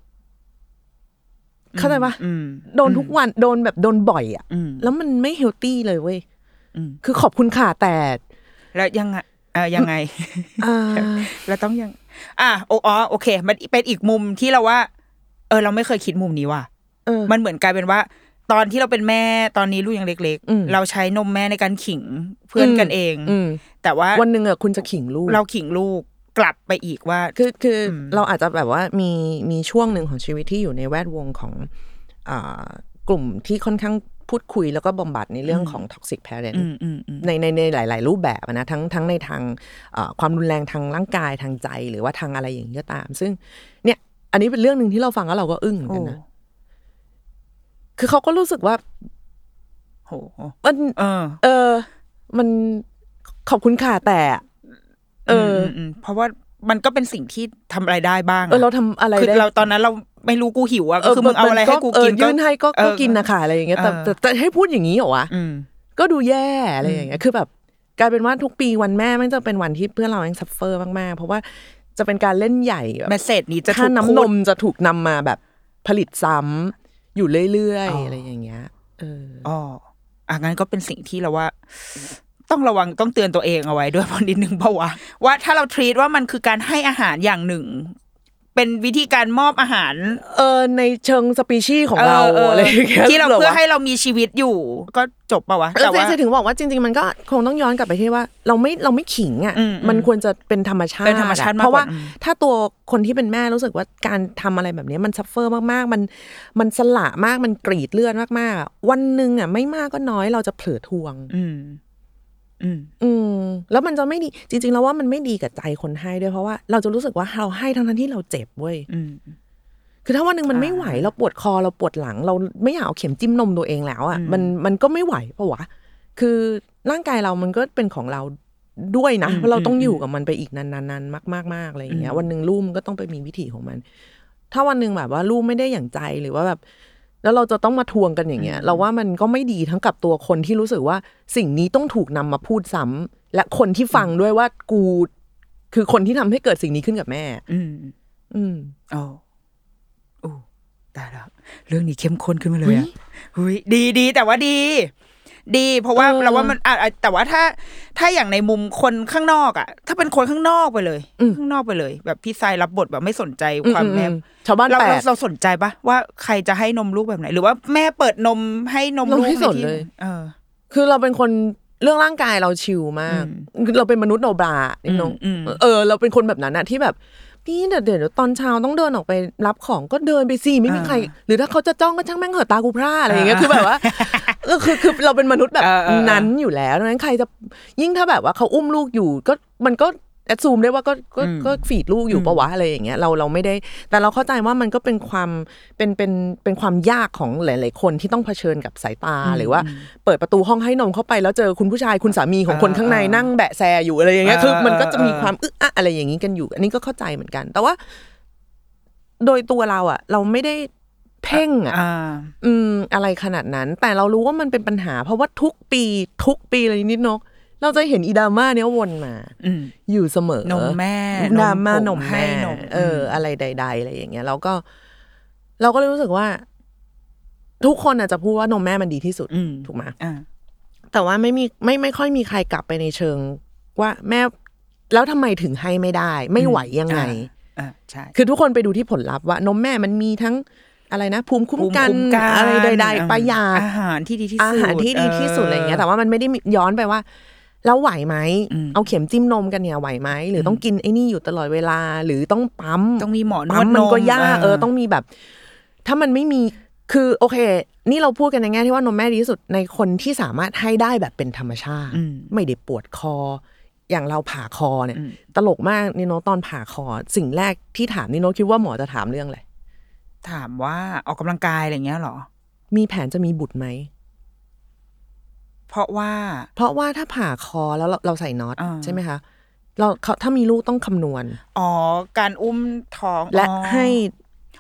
เข้าใจปะโดนทุกวันโดนแบบโดนบ่อยอ่ะแล้วมันไม่เฮลตี้เลยเว้ยคือขอบคุณค่ะแต่แล้วยังไงเออยังไงแล้วต้องยังอ่ะอ๋อโอเคมันเป็นอีกมุมที่เราว่าเออเราไม่เคยคิดมุมนี้ว่ะมันเหมือนกลายเป็นว่าตอนที่เราเป็นแม่ตอนนี้ลูกยังเล็กๆเราใช้นมแม่ในการขิงเพื่อนกันเองแต่ว่าวันนึงอ่ะคุณจะขิงลูกเราขิงลูกกลับไปอีกว่าคือคือเราอาจจะแบบว่ามีมีช่วงหนึ่งของชีวิตที่อยู่ในแวดวงของอ่ากลุ่มที่ค่อนข้างพูดคุยแล้วก็บำบัดในเรื่องของ toxic parent ในในในหลายๆรูปแบบนะทั้งทั้งในทางความรุนแรงทางร่างกายทางใจหรือว่าทางอะไรอย่างนี้ก็ตามซึ่งเนี่ยอันนี้เป็นเรื่องนึงที่เราฟังแล้วเราก็อึ้งเหมือนกันนะคือเขาก็รู้สึกว่าโหมันเออเออมันขอบคุณค่ะแต่เออเพราะว่ามันก็เป็นสิ่งที่ทำอะไรได้บ้างเออเราทำอะไรได้คือเราตอนนั้นเราไม่รู้กูหิวอ่ะก็คือมึงเอาอะไรให้กูกินยื่นให้ก็ก็กินนะคะอะไรอย่างเงี้ยแต่แต่ให้พูดอย่างนี้เหรอวะก็ดูแย่อะไรอย่างเงี้ยคือแบบกลายเป็นว่าทุกปีวันแม่มันจะเป็นวันที่เพื่อนเรายังซัฟเฟอร์มากๆเพราะว่าจะเป็นการเล่นใหญ่เมสเสจนี้จะถูกน้ำนมจะถูกนำมาแบบผลิตซ้ำอยู่เรื่อยๆอะไรอย่างเงี้ยเอออ๋ออ่ะงั้นก็เป็นสิ่งที่เราว่าต้องระวังต้องเตือนตัวเองเอาไว้ด้วยพอนิดนึงเพราะว่าว่าถ้าเราทรีตว่ามันคือการให้อาหารอย่างหนึ่งเป็นวิธีการมอบอาหารเออในเชิงสปีชีส์ของเราอะไรอย่างเงี้ยที่เราเพื่อให้เรามีชีวิตอยู่ก็จบป่ะวะแต่ว่าจะถึงบอกว่าจริงๆมันก็คงต้องย้อนกลับไปที่ว่าเราไม่เราไม่ขิงอ่ะมันควรจะเป็นธรรมชาติเพราะว่าถ้าตัวคนที่เป็นแม่รู้สึกว่าการทำอะไรแบบนี้มันซัฟเฟอร์มากๆมันมันสละมากมันกรีดเลือดมากๆวันนึงอ่ะไม่มากก็น้อยเราจะเผลอทวงอืมอืมอืมแล้วมันจะไม่ดีจริงๆแล้วว่ามันไม่ดีกับใจคนให้ด้วยเพราะว่าเราจะรู้สึกว่าเราให้ทั้งๆที่เราเจ็บเว้ยคือถ้าวันนึงมันไม่ไหวเราปวดคอเราปวดหลังเราไม่อยากเอาเข็มจิ้มนมตัวเองแล้วอ่ะมันมันก็ไม่ไหวเพราะวะคือร่างกายเรามันก็เป็นของเราด้วยนะเพราะเราต้องอยู่กับมันไปอีกนานๆๆมากๆๆอะไรอย่างเงี้ยวันนึงลูกมันก็ต้องไปมีวิถีของมันถ้าวันนึงแบบว่าลูกไม่ได้อย่างใจหรือว่าแบบแล้วเราจะต้องมาทวงกันอย่างเงี้ยเราว่ามันก็ไม่ดีทั้งกับตัวคนที่รู้สึกว่าสิ่งนี้ต้องถูกนำมาพูดซ้ำและคนที่ฟังด้วยว่ากูคือคนที่ทำให้เกิดสิ่งนี้ขึ้นกับแม่อืมอืมอ๋อโอ้ตายแล้วเรื่องนี้เข้มข้นขึ้นมาเลยอ่ะหุยดีดีแต่ว่าดีดีเพราะว่าเราว่ามันอ่ะแต่ว่าถ้าถ้าอย่างในมุมคนข้างนอกอ่ะถ้าเป็นคนข้างนอกไปเลยข้างนอกไปเลยแบบพี่ทรายรับบทแบบไม่สนใจความแม่ชาวบ้านเราเราสนใจปะว่าใครจะให้นมลูกแบบไหนหรือว่าแม่เปิดนมให้นมลูกไม่สนเลยเออคือเราเป็นคนเรื่องร่างกายเราชิลมากเราเป็นมนุษย์โนบรานี่น้องเออเราเป็นคนแบบนั้นอะที่แบบพี่เดี๋ยวเดี๋ยวตอนเช้าต้องเดินออกไปรับของก็เดินไปสิไม่มีใครหรือถ้าเขาจะจ้องก็ช่างแม่งเหอะตากูพร่าอะไรอย่างเงี้ยคือแบบว่าก็คือคือเราเป็นมนุษย์แบบนั้นอยู่แล้วดังนั้นใครจะยิ่งถ้าแบบว่าเขาอุ้มลูกอยู่ก็มันก็แอดซูมได้ว่าก็ก็ก็ฟีดลูกอยู่ปะวะอะไรอย่างเงี้ยเราเราไม่ได้แต่เราเข้าใจว่ามันก็เป็นความเป็นเป็นเป็นความยากของหลายๆคนที่ต้องเผชิญกับสายตาหรือว่าเปิดประตูห้องให้นมเข้าไปแล้วเจอคุณผู้ชายคุณสามีของคนข้างในนั่งแบะแซอยู่อะไรอย่างเงี้ยคือมันก็จะมีความอึะอะอะไรอย่างงี้กันอยู่อันนี้ก็เข้าใจเหมือนกันแต่ว่าโดยตัวเราอ่ะเราไม่ได้เพ่งอ่ะอืมอะไรขนาดนั้นแต่เรารู้ว่ามันเป็นปัญหาเพราะว่าทุกปีทุกปีเลยนิดนกเราจะเห็นอีดราม่าเนี้ยวนมาอยู่เสมอนมแม่ดราม่านมแม่เอออะไรใดๆอะไรอย่างเงี้ยแล้วก็เราก็เลยรู้สึกว่าทุกคนอาจจะพูดว่านมแม่มันดีที่สุดถูกไหมแต่ว่าไม่มีไม่ไม่ค่อยมีใครกลับไปในเชิงว่าแม่แล้วทำไมถึงให้ไม่ได้ไม่ไหวยังไงใช่คือทุกคนไปดูที่ผลลัพธ์ว่านมแม่มันมีทั้งอะไรนะภูมิคุ้มกันอะไรใดๆประหยัดอาหารที่ดีที่สุดอาหารที่ดีที่สุดอะไรอย่างเงี้ยแต่ว่ามันไม่ได้ย้อนไปว่าแล้วไหวไหมเอาเข็มจิ้มนมกันเนี่ยไหวไหมหรือต้องกินไอ้นี่อยู่ตลอดเวลาหรือต้องปั๊มต้องมีหมอนวดนมมันก็ยากเออต้องมีแบบถ้ามันไม่มีคือโอเคนี่เราพูดกันในแง่ที่ว่านมแม่ดีที่สุดในคนที่สามารถให้ได้แบบเป็นธรรมชาติไม่ได้ปวดคออย่างเราผ่าคอเนี่ยตลกมากนี่โนตอนผ่าคอสิ่งแรกที่ถามนี่โนคิดว่าหมอจะถามเรื่องอะไรถามว่าออกกำลังกายอะไรเงี้ยหรอมีแผนจะมีบุตรไหมเพราะว่าเพราะว่าถ้าผ่าคอแล้วเราเราใส่น็อตใช่ไหมคะเราถ้ามีลูกต้องคำนวณอ๋อการอุ้มท้องและให้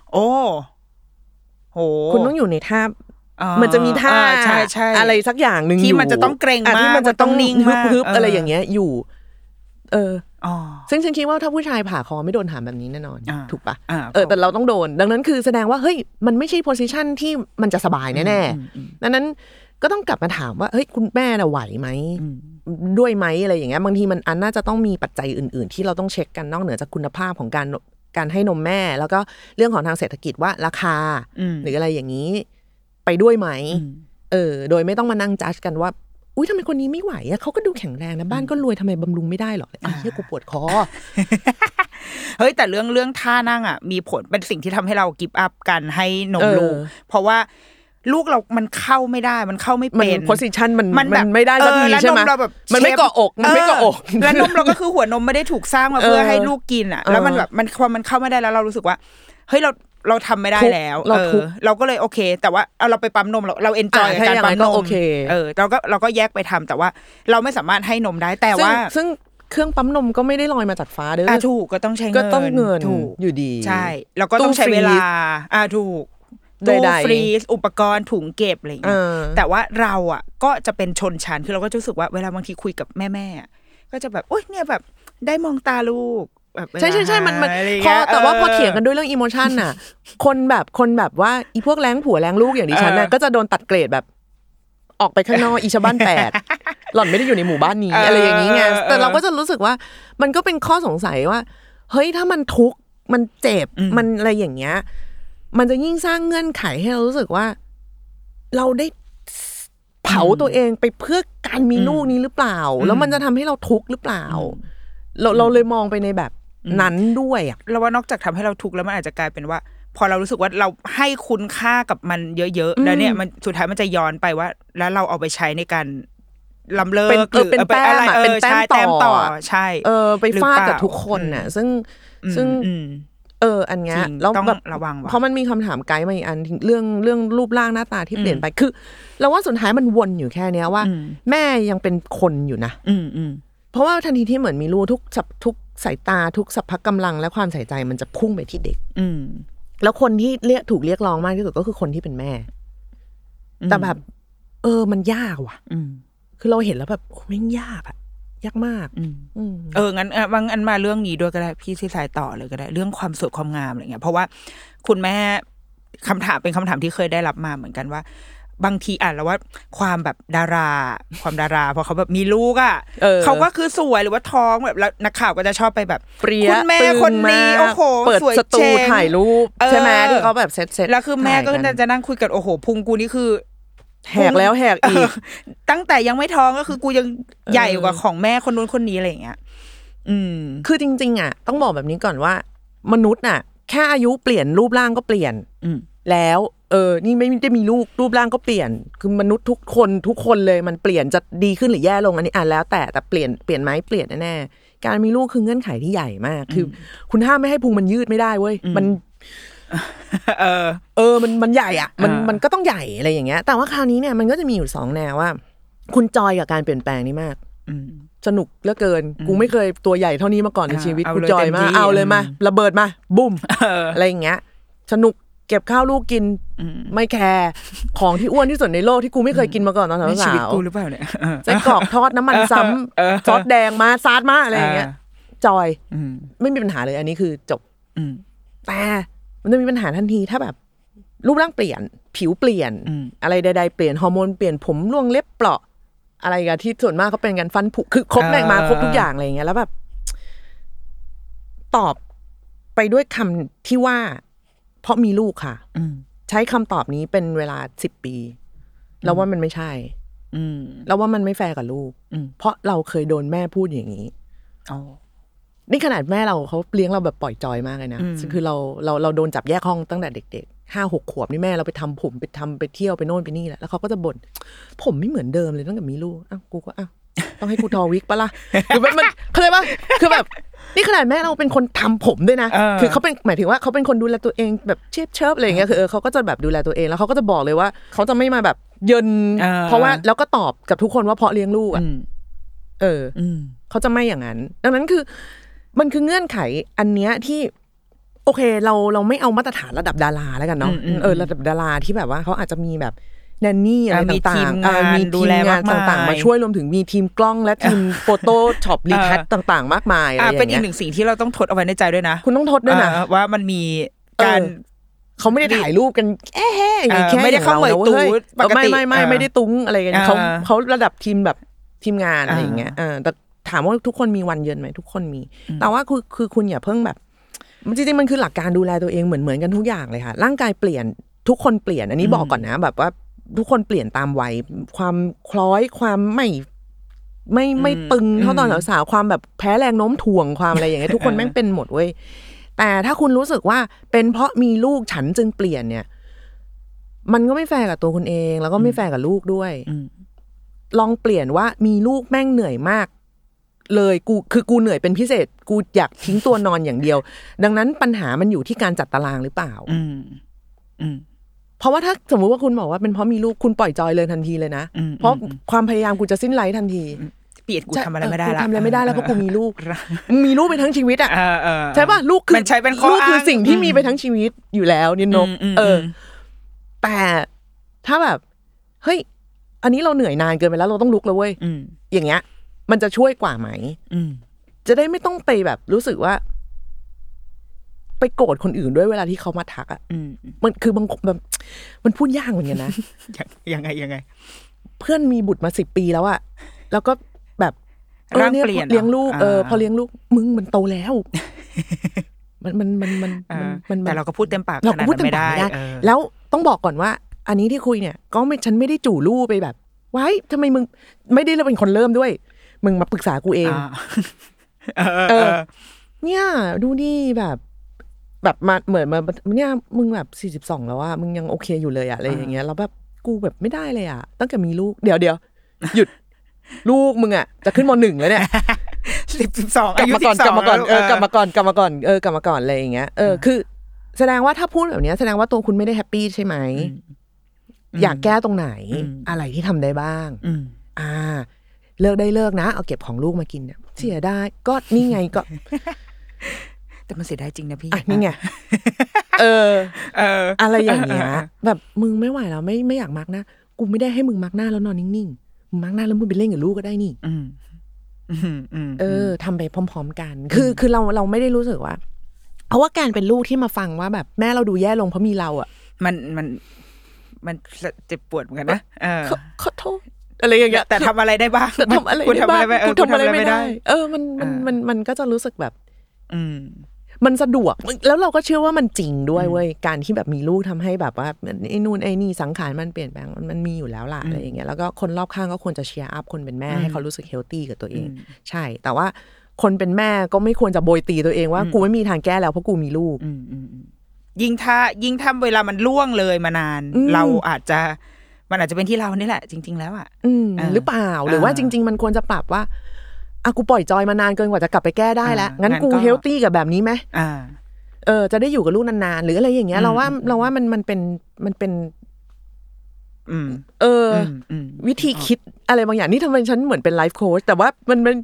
โอ้โหคุณต้องอยู่ในท่ามันจะมีท่าอะไรสักอย่างนึงที่มันจะต้องเกรงมากที่มันจะต้องนิ่งฮึบๆอะไรอย่างเงี้ยอยู่เอออ๋อซึ่งฉันคิดว่าถ้าผู้ชายผ่าคอไม่โดนถามแบบนี้แน่นอนถูกปะเออแต่เราต้องโดนดังนั้นคือแสดงว่าเฮ้ยมันไม่ใช่โพสิชันที่มันจะสบายแน่ๆดังนั้นก็ต้องกลับมาถามว่าเฮ้ยคุณแม่น่ะไหวไหมด้วยไหมอะไรอย่างเงี้ยบางทีมันอันน่าจะต้องมีปัจจัยอื่นๆที่เราต้องเช็คกันนอกเหนือจากคุณภาพของการการให้นมแม่แล้วก็เรื่องของทางเศรษฐกิจว่าราคาหรืออะไรอย่างนี้ไปด้วยไหมเออโดยไม่ต้องมานั่งจัดกันว่าอุ้ยทำไมคนนี้ไม่ไหวอ่ะเขาก็ดูแข็งแรงนะบ้านก็รวยทำไมบำรุงไม่ได้หรอไอ้เหี้ยกูปวดคอเฮ้ยแต่เรื่องเรื่องท่านั่งอ่ะมีผลเป็นสิ่งที่ทำให้เรากิฟต์อัพกันให้นมลูกเพราะว่าลูกเรามันเข้าไม่ได้มันเข้าไม่เป็นโพสิชันมันมันไม่ได้สักทีใช่ไหมมันไม่เกาะอกมันไม่เกาะอกแล้วนมเราก็คือหัวนมไม่ได้ถูกสร้างมาเพื่อให้ลูกกินอ่ะแล้วมันแบบมันพอมันเข้าไม่ได้แล้วเรารู้สึกว่าเฮ้ยเราเราทำไม่ได้แล้วเออเราก็เลยโอเคแต่ว่าเอาเราไปปั๊มนมเราเราเอนจอยกับการปั๊มนมเออเราก็เราก็แยกไปทำแต่ว่าเราไม่สามารถให้นมได้แต่ว่าซึ่งเครื่องปั๊มนมก็ไม่ได้ลอยมาจากฟ้าเด้ออ่ะถูกก็ต้องใช้เงินก็ต้องเงินอยู่ดีใช่แล้วก็ต้องใช้เวลาอ่ะถูกตู้ฟรีซอุปกรณ์ถุงเก็บอะไรอย่างเงี้ยแต่ว่าเราอ่ะก็จะเป็นชนชั้นคือเราก็รู้สึกว่าเวลาบางทีคุยกับแม่ๆก็จะแบบโอ๊ยเนี่ยแบบได้มองตาลูกใช่ใช่ใช่มันมันพอแต่ว่าพอเถียงกันด้วยเรื่องอิโมชันน่ะคนแบบคนแบบว่าอีพวกแรงผัวแรงลูกอย่างดิฉันน่ะก็จะโดนตัดเกรดแบบออกไปข้างนอกอีชาวบ้านแปดหล่อนไม่ได้อยู่ในหมู่บ้านนี้อะไรอย่างนี้ไงแต่เราก็จะรู้สึกว่ามันก็เป็นข้อสงสัยว่าเฮ้ยถ้ามันทุกข์มันเจ็บมันอะไรอย่างเงี้ยมันจะยิ่งสร้างเงื่อนไขให้เรารู้สึกว่าเราได้เผาตัวเองไปเพื่อการมีลูกนี้หรือเปล่าแล้วมันจะทำให้เราทุกข์หรือเปล่าเราเราเลยมองไปในแบบนั้นด้วยอ่ะเราว่านอกจากทำให้เราทุกข์แล้วมันอาจจะกลายเป็นว่าพอเรารู้สึกว่าเราให้คุณค่ากับมันเยอะๆแล้วเนี่ยมันสุดท้ายมันจะย้อนไปว่าแล้วเราเอาไปใช้ในการลำเลิกหรือเป็นแต้มอ่ะเป็นแต้มต่อใช่เออไปฟาดกับทุกคนน่ะซึ่งซึ่งเอออันเนี้ยเราแบบระวังเพราะมันมีคำถามไกด์มาอีกอันเรื่องเรื่องรูปร่างหน้าตาที่เปลี่ยนไปคือเราว่าสุดท้ายมันวนอยู่แค่เนี้ยว่าแม่ยังเป็นคนอยู่นะเพราะว่าทันทีที่เหมือนมีลูกทุกทุกสายตาทุกสัพพะกำลังและความใส่ใจมันจะพุ่งไปที่เด็กแล้วคนที่เรียกถูกเรียกร้องมากที่สุดก็คือคนที่เป็นแม่แต่แบบเออมันยากว่ะคือเราเห็นแล้วแบบโอ้ไม่ยากอะยากมากเอองั้นบางอันมาเรื่องนี้ด้วยก็ได้พี่ซีสายต่อเลยก็ได้เรื่องความสวยความงามอะไรเงี้ยเพราะว่าคุณแม่คำถามเป็นคำถามที่เคยได้รับมาเหมือนกันว่าบางทีอ่านแล้วว่าความแบบดาราความดาราพอเขาแบบมีลูกอ่ะ เ, เขาก็คือสวยหรือว่าท้องแบบแล้วนักข่าวก็จะชอบไปแบบคุณแม่คนนี้โอ้โหสวยเชงถ่ายรูปใช่ไหมที่เขาแบบเซ็ตเซ็ตแล้วคือแม่ก็จะนั่งคุยกันโอ้โหพุงกูนี่คือแหกแล้วแหกอีกตั้งแต่ยังไม่ท้องก็คือกูยังใหญ่กว่าของแม่คนนู้นคนนี้อะไรอย่างเงี้ยอืมคือจริงๆอ่ะต้องบอกแบบนี้ก่อนว่ามนุษย์น่ะแค่อายุเปลี่ยนรูปร่างก็เปลี่ยนแล้วเออนี่ไม่ได้มีลูกรูปร่างก็เปลี่ยนคือมนุษย์ทุกคนทุกคนเลยมันเปลี่ยนจะดีขึ้นหรือแย่ลงอันนี้อ่ะแล้วแต่แต่เปลี่ยนเปลี่ยนไหมเปลี่ยนแน่ๆการมีลูกคือเงื่อนไขที่ใหญ่มากคือคุณห้ามไม่ให้พุงมันยืดไม่ได้เว้ยมันเออเออมันมันใหญ่อ่ะมันมันก็ต้องใหญ่อะไรอย่างเงี้ยแต่ว่าคราวนี้เนี่ยมันก็จะมีอยู่สองแนวว่าคุณจอยกับการเปลี่ยนแปลงนี่มากสนุกเหลือเกินกูไม่เคยตัวใหญ่เท่านี้มาก่อนในชีวิตกูจอยมากเอาเลยมาระเบิดมาบุ้มอะไรอย่างเงี้ยสนุกเก็บข้าวลูกกินไม่แคร์ของที่อ้วนที่สุดในโลกที่กูไม่เคยกินมาก่อนตอนสาวๆชีวิตกูหรือเปล่าเนี่ยไส้กรอกทอดน้ำมันซ้ำซอสแดงมาซาดมาอะไรอย่างเงี้ยจอยไม่มีปัญหาเลยอันนี้คือจบแต่มันจะมีปัญหาทันทีถ้าแบบรูปร่างเปลี่ยนผิวเปลี่ยนอะไรใดๆเปลี่ยนฮอร์โมนเปลี่ยนผมร่วงเล็บเปราะอะไรกันที่ส่วนมากเขาเป็นกันฟันผุคือครบแม่งมาครบทุกอย่างอะไรอย่างเงี้ยแล้วแบบตอบไปด้วยคำที่ว่าเพราะมีลูกค่ะใช้คำตอบนี้เป็นเวลาสิบปีแล้วว่ามันไม่ใช่แล้วว่ามันไม่แฟร์กับลูกเพราะเราเคยโดนแม่พูดอย่างนี้นี่ขนาดแม่เราเขาเลี้ยงเราแบบปล่อยจอยมากเลยนะคือเราเราเราโดนจับแยกห้องตั้งแต่เด็กๆห้าหกขวบนี่แม่เราไปทำผมไปทำไปเที่ยวไปโน่นไปนี่แหละแล้วเขาก็จะบ่นผมไม่เหมือนเดิมเลยตั้งแต่มีลูกอ้าวกูก็อ้าวต้องให้กูทอวิกปะล่ะคือมันมันเข้าใจปะคือแบบนี่ขนาดแม่เราเป็นคนทำผมด้วยนะคือเขาเป็นหมายถึงว่าเขาเป็นคนดูแลตัวเองแบบเชียบเชิบอะไรอย่างเงี้ยคือเออเขาก็จะแบบดูแลตัวเองแล้วเขาก็จะบอกเลยว่าเขาจะไม่มาแบบเยินเพราะว่าแล้วก็ตอบกับทุกคนว่าเพราะเลี้ยงลูกอ่ะเออเขาจะไม่อย่างนั้นดังนั้นคือมันคือเงื่อนไขอันเนี้ยที่โอเคเราเราไม่เอามาตรฐานระดับดาราแล้วกันเนาะเออระดับดาราที่แบบว่าเขาอาจจะมีแบบแนนนี่อะไรต่างๆมีทีมงานต่างๆมาช่วยรวมถึงมีทีมกล้องและทีมโฟโต้ช็อปรีทัชต่างๆมากมายอะไรอย่างเงี้ยเป็นอีกหนึ่งสิ่งที่เราต้องทดเอาไว้ในใจด้วยนะคุณต้องทดด้วยนะว่ามันมีการเขาไม่ได้ถ่ายรูปกันแค่แค่ไม่ได้เข้าเหมยตูดปกติไม่ไม่ไม่ได้ตุ้งอะไรกันเขาเขาระดับทีมแบบทีมงานอะไรอย่างเงี้ยแต่ถามว่าทุกคนมีวันเย็นไหมทุกคนมีแต่ว่าคือคือคุณอย่าเพิ่งแบบจริงๆมันคือหลักการดูแลตัวเองเหมือนเหมือนกันทุกอย่างเลยค่ะร่างกายเปลี่ยนทุกคนเปลี่ยนอันนี้บอกก่อนนะแบบว่าทุกคนเปลี่ยนตามวัยความคล้อยความไม่ไม่ไม่ตึงเท่าตอนสาวๆความแบบแพ้แรงโน้มถ่วงความอะไรอย่างเงี้ยทุกคนแม่งเป็นหมดเว้ยแต่ถ้าคุณรู้สึกว่าเป็นเพราะมีลูกฉันจึงเปลี่ยนเนี่ยมันก็ไม่แฟร์กับตัวคุณเองแล้วก็ไม่แฟร์กับลูกด้วยลองเปลี่ยนว่ามีลูกแม่งเหนื่อยมากเลยกูคือกูเหนื่อยเป็นพิเศษกูอยากทิ้งตัวนอนอย่างเดียวดังนั้นปัญหามันอยู่ที่การจัดตารางหรือเปล่าเพราะว่าถ้าสมมุติว่าคุณบอกว่าเป็นเพราะมีลูกคุณปล่อยจอยเลยทันทีเลยนะเพราะความพยายามกูจะสิ้นไร้ทันทีเปลี่ยนกูทำอะไรไม่ได้ละทำอะไรไม่ได้แล้วเพราะกูมีลูกมีลูกไปทั้งชีวิตอ่ะใช่ป่ะลูกคือมันใช้เป็นข้ออ้างลูกคือสิ่งที่มีไปทั้งชีวิตอยู่แล้วนี่นกเออแต่ถ้าแบบเฮ้ยอันนี้เราเหนื่อยนานเกินไปแล้วเราต้องลุกแล้วเว้ยอย่างเงี้ยมันจะช่วยกว่าไหมจะได้ไม่ต้องไปแบบรู้สึกว่าไปโกรธคนอื่นด้วยเวลาที่เขามาทักอ่ะมันคือบางแบบมันพูดยากเหมือนกันนะยังไงยังไงเพื่อนมีบุตรมาสิบปีแล้วอ่ะแล้วก็แบบร่างเปลี่ยนเลี้ยงลูกเออพอเลี้ยงลูกมึงมันโตแล้วมันมันมันมันมันแต่เราก็พูดเต็มปากเราก็พูดเต็มปากไม่ได้แล้วต้องบอกก่อนว่าอันนี้ที่คุยเนี่ยก็ไม่ฉันไม่ได้จู่ลู่ไปแบบไว้ทำไมมึงไม่ได้เป็นคนเริ่มด้วยมึงมาปรึกษากูเองเออเนี่ยดูนี่แบบแบบมาเหมือนมาเนี่ยมึงแบบสี่สิบสองแล้วอะมึงยังโอเคอยู่เลยอะอะไรอย่างเงี้ยแล้วแบบกูแบบไม่ได้เลยอะตั้งแต่มีลูกเดี๋ยวเดี๋ยวหยุดลูกมึงอะจะขึ้นม.หนึ่งแล้วเนี่ยสิบสองกลับมาก่อนกลับมาก่อนเออกลับมาก่อนกลับมาก่อนเออกลับมาก่อนอะไรอย่างเงี้ยเออคือแสดงว่าถ้าพูดแบบนี้แสดงว่าตัวคุณไม่ได้แฮปปี้ใช่ไหมอยากแก้ตรงไหนอะไรที่ทำได้บ้างอ่าเลิกได้เลิกนะเอาเก็บของลูกมากินเนี่ยเสียได้ก็นี่ไงก็แต่มันเสียดายจริงนะพี่อ่ะนี่ไงเออเอออะไรอย่างเงี้ยแบบมึงไม่ไหวแล้วไม่ไม่อยากมักหน้ากูไม่ได้ให้มึงมักหน้าแล้วนอนนิ่งๆมึงมักหน้าแล้วมึงไปเล่นกับลูกก็ได้นี่เออทำไปพร้อมๆกันคือคือเราเราไม่ได้รู้สึกว่าเพราะว่าการเป็นลูกที่มาฟังว่าแบบแม่เราดูแย่ลงเพราะมีเราอ่ะมันมันมันเจ็บปวดเหมือนกันนะเออขอโทษอะไรอย่างเงี้ยแต่ทำอะไรได้บ้างทำอะไรได้บ้างกูทำอะไรไม่ได้เออมันมันมันมันก็จะรู้สึกแบบอืมมันสะดวกแล้วเราก็เชื่อว่ามันจริงด้วยเว้ยการที่แบบมีลูกทำให้แบบว่าไอ้นู่นไอ้นี่สังขารมันเปลี่ยนแปลงมันมีอยู่แล้วล่ะอะไรอย่างเงี้ยแล้วก็คนรอบข้างก็ควรจะเชียร์อัพคนเป็นแม่ให้เขารู้สึกเฮลตี้กับตัวเองใช่แต่ว่าคนเป็นแม่ก็ไม่ควรจะโบยตีตัวเองว่ากูไม่มีทางแก้แล้วเพราะกูมีลูกยิ่งถ้ายิ่งทำเวลามันล่วงเลยมานานเราอาจจะมันอาจจะเป็นที่เรานี่แหละจริงๆแล้วอ่ะหรือเปล่าหรือว่าจริงๆมันควรจะปรับว่าอ่ะกูปล่อยจอยมานานเกินกว่าจะกลับไปแก้ได้แล้วงั้นกูเฮลตี้กับแบบนี้ไหมเออจะได้อยู่กับลูกนานๆหรืออะไรอย่างเงี้ยเราว่าเราว่ามันมันเป็นมันเป็นเออวิธีคิดอะไรบางอย่างนี่ทำไมฉันเหมือนเป็นไลฟ์โค้ชแต่ว่ามันมัน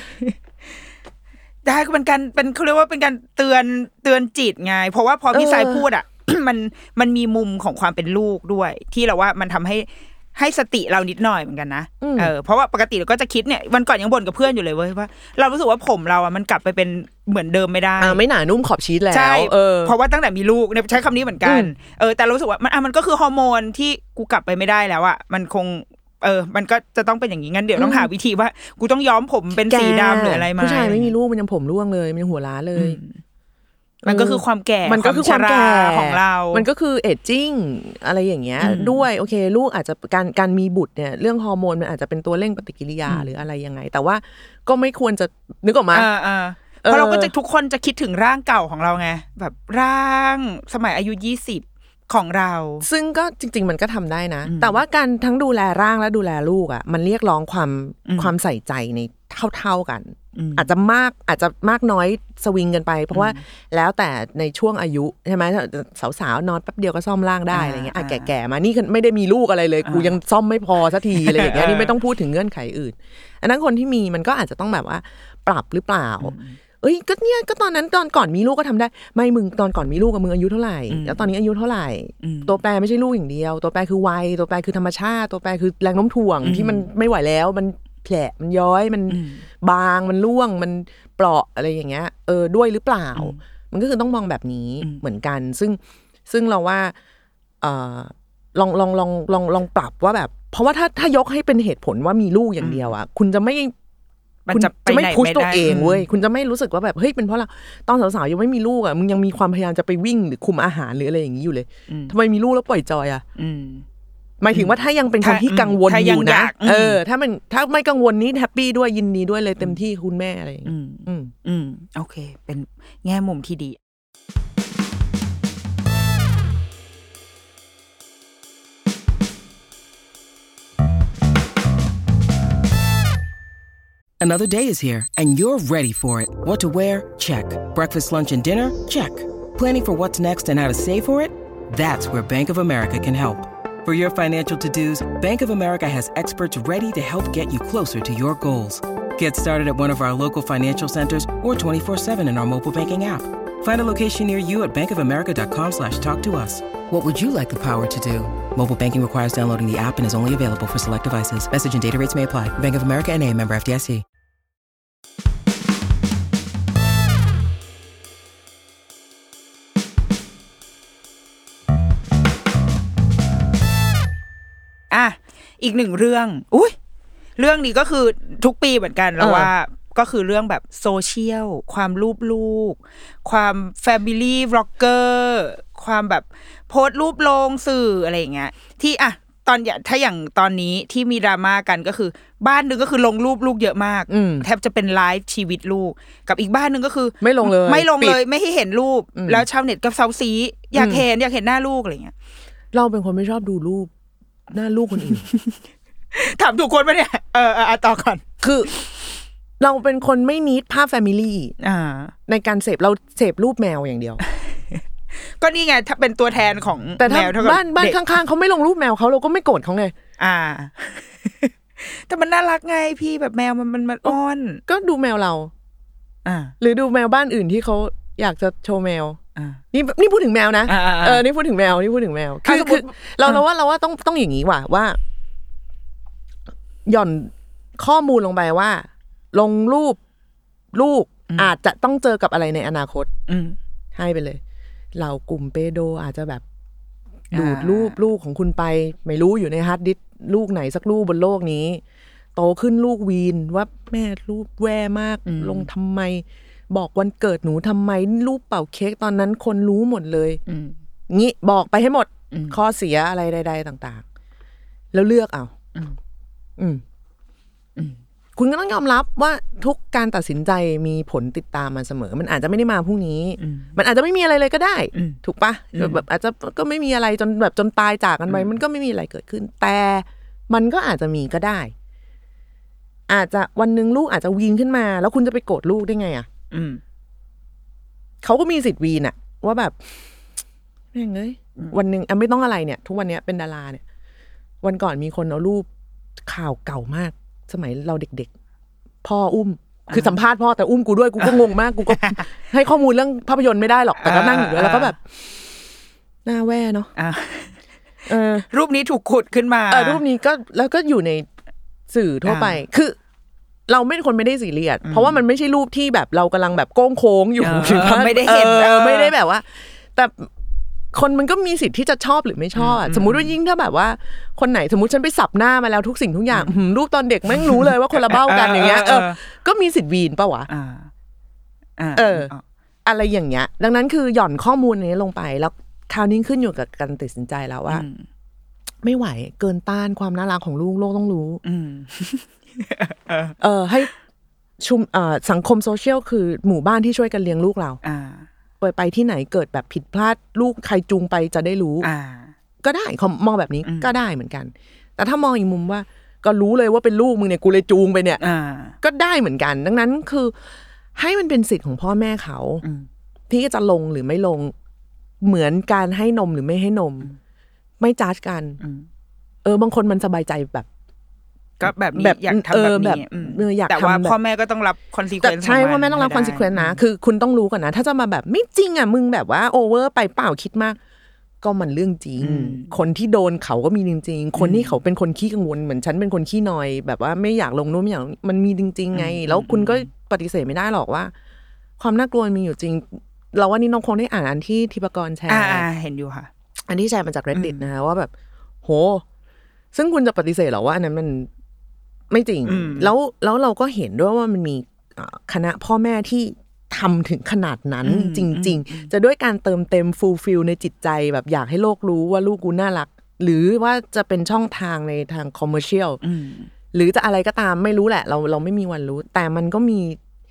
ได้ก็เป็นการเป็นเขาเรียกว่าเป็นการเตือนเตือนจิตไงเพราะว่าพอพี่สายพูดอ่ะมันมันมีมุมของความเป็นลูกด้วยที่เราว่ามันทำให้ให้สติเรานิดหน่อยเหมือนกันนะเออเพราะว่าปกติเราก็จะคิดเนี่ยวันก่อนยังบ่นกับเพื่อนอยู่เลยเว้ยว่าเรารู้สึกว่าผมเราอ่ะมันกลับไปเป็นเหมือนเดิมไม่ได้อ่าไม่หนานุ่มขอบชีสแล้วใช่เพราะว่าตั้งแต่มีลูกเนี่ยใช้คำนี้เหมือนกันเออแต่เรารู้สึกว่ามันอ่ะมันก็คือฮอร์โมนที่กูกลับไปไม่ได้แล้วอ่ะมันคงเออมันก็จะต้องเป็นอย่างนี้งั้นเดี๋ยวต้องหาวิธีว่ากูต้องย้อมผมเป็นสีดำหรืออะไรมาผู้ชายไม่มีลูกมันยังผมร่วงเลยมันยังหัวล้าเลยมันก็คือความแก่มันก็คือความแก่ของเรามันก็คือเอจจิ้งอะไรอย่างเงี้ยด้วยโอเคลูกอาจจะการการมีบุตรเนี่ยเรื่องฮอร์โมนมันอาจจะเป็นตัวเร่งปฏิกิริยาหรืออะไรยังไงแต่ว่าก็ไม่ควรจะนึกออกมาเพราะเราก็จะทุกคนจะคิดถึงร่างเก่าของเราไงแบบร่างสมัยอายุยี่สิบของเราซึ่งก็จริงๆมันก็ทำได้นะแต่ว่าการทั้งดูแลร่างและดูแลลูกอ่ะมันเรียกร้องความความใส่ใจในเท่าๆกันอาจจะมากอาจจะมากน้อยสวิงกันไปเพราะว่าแล้วแต่ในช่วงอายุใช่ไหมสาวๆนอนแป๊บเดียวก็ซ่อมร่างได้อะไรเงี้ยอ่ะแก่ๆมานี่ไม่ได้มีลูกอะไรเลยกูยังซ่อมไม่พอสักทีอะไรอย่างเงี้ยนี่ไม่ต้องพูดถึงเงื่อนไขอื่นอันนั้นคนที่มีมันก็อาจจะต้องแบบว่าปรับหรือเปล่าเอ้ยก็เนี่ยก็ตอนนั้นตอนก่อนมีลูกก็ทำได้ไม่มึงตอนก่อนมีลูกกับมึงอายุเท่าไหร่แล้วตอนนี้อายุเท่าไหร่ตัวแปรไม่ใช่ลูกอย่างเดียวตัวแปรคือวัยตัวแปรคือธรรมชาติตัวแปรคือแรงโน้มถ่วงที่มันไม่ไหวแล้วมันแผลมันย้อยมันบางมันร่วงมันเปราะอะไรอย่างเงี้ยเออด้วยหรือเปล่ามันก็คือต้องมองแบบนี้เหมือนกันซึ่งซึ่งเราว่าเอ่อลองลองลองลองลองปรับว่าแบบเพราะว่าถ้าถ้ายกให้เป็นเหตุผลว่ามีลูกอย่างเดียวอ่ะคุณจะไม่คุณจะไม่พุชตัวเองเว้ยคุณจะไม่รู้สึกว่าแบบเฮ้ยเป็นเพราะเราตอนสาวๆยังไม่มีลูกอ่ะมึงยังมีความพยายามจะไปวิ่งหรือคุมอาหารหรืออะไรอย่างนี้อยู่เลยทำไมมีลูกแล้วปล่อยจอยอ่ะหมายถึงว่าถ้ายังเป็นคนที่กังวลอยู่นะเออถ้ามันถ้าไม่กังวลนี้แฮปปี้ด้วยยินดีด้วยเลยเต็มที่คุณแม่อะไรอย่างเงี้ยอืมอืมโอเคเป็นแง่มุมที่ดี Another day is here, and you're ready for it. What to wear? Check. Breakfast, lunch, and dinner? Check. Planning for what's next and how to save for it? That's where Bank of America can help. For your financial to-dos, Bank of America has experts ready to help get you closer to your goals. Get started at one of our local financial centers or twenty-four seven in our mobile banking app. Find a location near you at bankofamerica.com slash talk to us. What would you like the power to do? Mobile banking requires downloading the app and is only available for select devices. Message and data rates may apply. Bank of America N A, member F D I C. อ่ะอีกหนึ่งเรื่องอุ้ยเรื่องนี้ก็คือทุกปีเหมือนกันแล้วว่าก็คือเรื่องแบบโซเชียลความรูปลูกความแฟมิลี่บล็อกเกอร์ความแบบโพสต์รูปลงสื่ออะไรอย่างเงี้ยที่อ่ะตอนถ้าอย่างตอนนี้ที่มีดราม่ากันก็คือบ้านนึงก็คือลงรูปลูกเยอะมากแทบจะเป็นไลฟ์ชีวิตลูกกับอีกบ้านนึงก็คือไม่ลงเลยไม่ลงเลยไม่ให้เห็นรูปแล้วชาวเน็ตก็เซาซีอยากเห็นอยากเห็นหน้าลูกอะไรเงี้ยเราเป็นคนไม่ชอบดูรูปหน้าลูกคนอื่นถามถูกคนปะเนี่ยเออๆต่อก่อนคือเราเป็นคนไม่นิดภาพแฟมิลี่ในการเสพเราเสพรูปแมวอย่างเดียวก็นี่ไงถ้าเป็นตัวแทนของแมวบ้านบ้านข้างๆเขาไม่ลงรูปแมวเขาเราก็ไม่โกรธเขาไงอ่าแต่มันน่ารักไงพี่แบบแมวมันมันมันอ้อนก็ดูแมวเราอ่าหรือดูแมวบ้านอื่นที่เขาอยากจะโชว์แมวนี่นี่พูดถึงแมวนะเออนี่พูดถึงแมวนี่พูดถึงแมวคือคือเราเราว่าเราว่าต้องต้องอย่างนี้ว่ะว่าหย่อนข้อมูลลงไปว่าลงรูปลูกอาจจะต้องเจอกับอะไรในอนาคตให้ไปเลยเรากลุ่มเปโดอาจจะแบบดูดรูปลูกของคุณไปไม่รู้อยู่ในฮาร์ดดิสก์ลูกไหนสักลูกบนโลกนี้โตขึ้นลูกวีนว่าแม่รูปแว่มากลงทำไมบอกวันเกิดหนูทำไมรูปเป่าเค้กตอนนั้นคนรู้หมดเลยงี้บอกไปให้หมดข้อเสียอะไรใดๆต่างๆแล้วเลือกเอาอืมคุณก็ต้องยอมรับว่าทุกการตัดสินใจมีผลติดตามมาเสมอมันอาจจะไม่ได้มาพรุ่งนี้มันอาจจะไม่มีอะไรเลยก็ได้ถูกปะแบบอาจจะก็ไม่มีอะไรจนแบบจนตายจากกันไปมันก็ไม่มีอะไรเกิดขึ้นแต่มันก็อาจจะมีก็ได้อาจจะวันนึงลูกอาจจะวีนขึ้นมาแล้วคุณจะไปโกรธลูกได้ไงอ่ะเขาก็มีสิทธิ์วีนอะว่าแบบแม่งเอ้ยวันนึงอ่ะไม่ต้องอะไรเนี่ยทุกวันนี้เป็นดาราเนี่ยวันก่อนมีคนเอารูปข่าวเก่ามากสมัยเราเด็กๆพ่ออุ้มคือสัมภาษณ์พ่อแต่อุ้มกูด้วยกูก็งงมากกูก็ให้ข้อมูลเรื่องภาพยนตร์ไม่ได้หรอกแต่ก็นั่งอยู่แล้วก็แบบหน้าแว่เนาะเออรูปนี้ถูกขุดขึ้นมาเออรูปนี้ก็แล้วก็อยู่ในสื่อทั่วไปคือเราไม่คนไม่ได้ซีเรียสเพราะว่ามันไม่ใช่รูปที่แบบเรากำลังแบบโก้งโค้งอยู่ไม่ได้เห็นไม่ได้แบบว่าแต่คนมันก็มีสิทธิ์ที่จะชอบหรือไม่ชอบสมมุติว่ายิ่งถ้าแบบว่าคนไหนสมมุติฉันไปสับหน้ามาแล้วทุกสิ่งทุกอย่างรูปตอนเด็กแม่งรู้เลยว่าคนละเบ้ากันอย่างเงี้ยเออก็มีสิทธิ์วีนป่ะวะเอออะไรอย่างเงี้ยดังนั้นคือหย่อนข้อมูลนี้ลงไปแล้วคราวนี้ขึ้นอยู่กับการตัดสินใจแล้วว่าไม่ไหวเกินต้านความน่ารักของลูกโลกต้องรู้เออให้ชุมสังคมโซเชียลคือหมู่บ้านที่ช่วยกันเลี้ยงลูกเราไปไปที่ไหนเกิดแบบผิดพลาดลูกใครจูงไปจะได้รู้ก็ได้เขามองแบบนี้ก็ได้เหมือนกันแต่ถ้ามองอีกมุมว่าก็รู้เลยว่าเป็นลูกมึงเนี่ยกูเลยจูงไปเนี่ยก็ได้เหมือนกันดังนั้นคือให้มันเป็นสิทธิ์ของพ่อแม่เขาที่จะลงหรือไม่ลงเหมือนการให้นมหรือไม่ให้นมไม่จัดกันเออบางคนมันสบายใจแบบก็แบบนี้อยากทำแบบนี้แต่ว่าพ่อแม่ก็ต้องรับคอนซีเควนซ์ใช่พ่อแม่ต้องรับคอนซีเควนซ์นะคือคุณต้องรู้ก่อนนะถ้าจะมาแบบไม่จริงอ่ะมึงแบบว่าโอเวอร์ไปเปล่าคิดมากก็มันเรื่องจริงคนที่โดนเขาก็มีจริงๆคนที่เขาเป็นคนขี้กังวลเหมือนฉันเป็นคนขี้นอยแบบว่าไม่อยากลงนู่นไม่อยากมันมีจริงๆไงแล้วคุณก็ปฏิเสธไม่ได้หรอกว่าความน่ากลัวมีอยู่จริงเราว่านี่น้องคงได้อ่านอันที่ทิพกรแชร์อ่าเห็นอยู่ค่ะอันที่แชร์มาจาก Reddit นะคะว่าแบบโหซึ่งคุณจะปฏิเสธหรอว่าอันนั้นมันไม่จริงแล้วแล้วเราก็เห็นด้วยว่ามันมีคณะพ่อแม่ที่ทำถึงขนาดนั้นจริงๆจะด้วยการเติมเต็มฟูลฟิลในจิตใจแบบอยากให้โลกรู้ว่าลูกกูน่ารักหรือว่าจะเป็นช่องทางในทางคอมเมอร์เชียลหรือจะอะไรก็ตามไม่รู้แหละเราเราไม่มีวันรู้แต่มันก็มี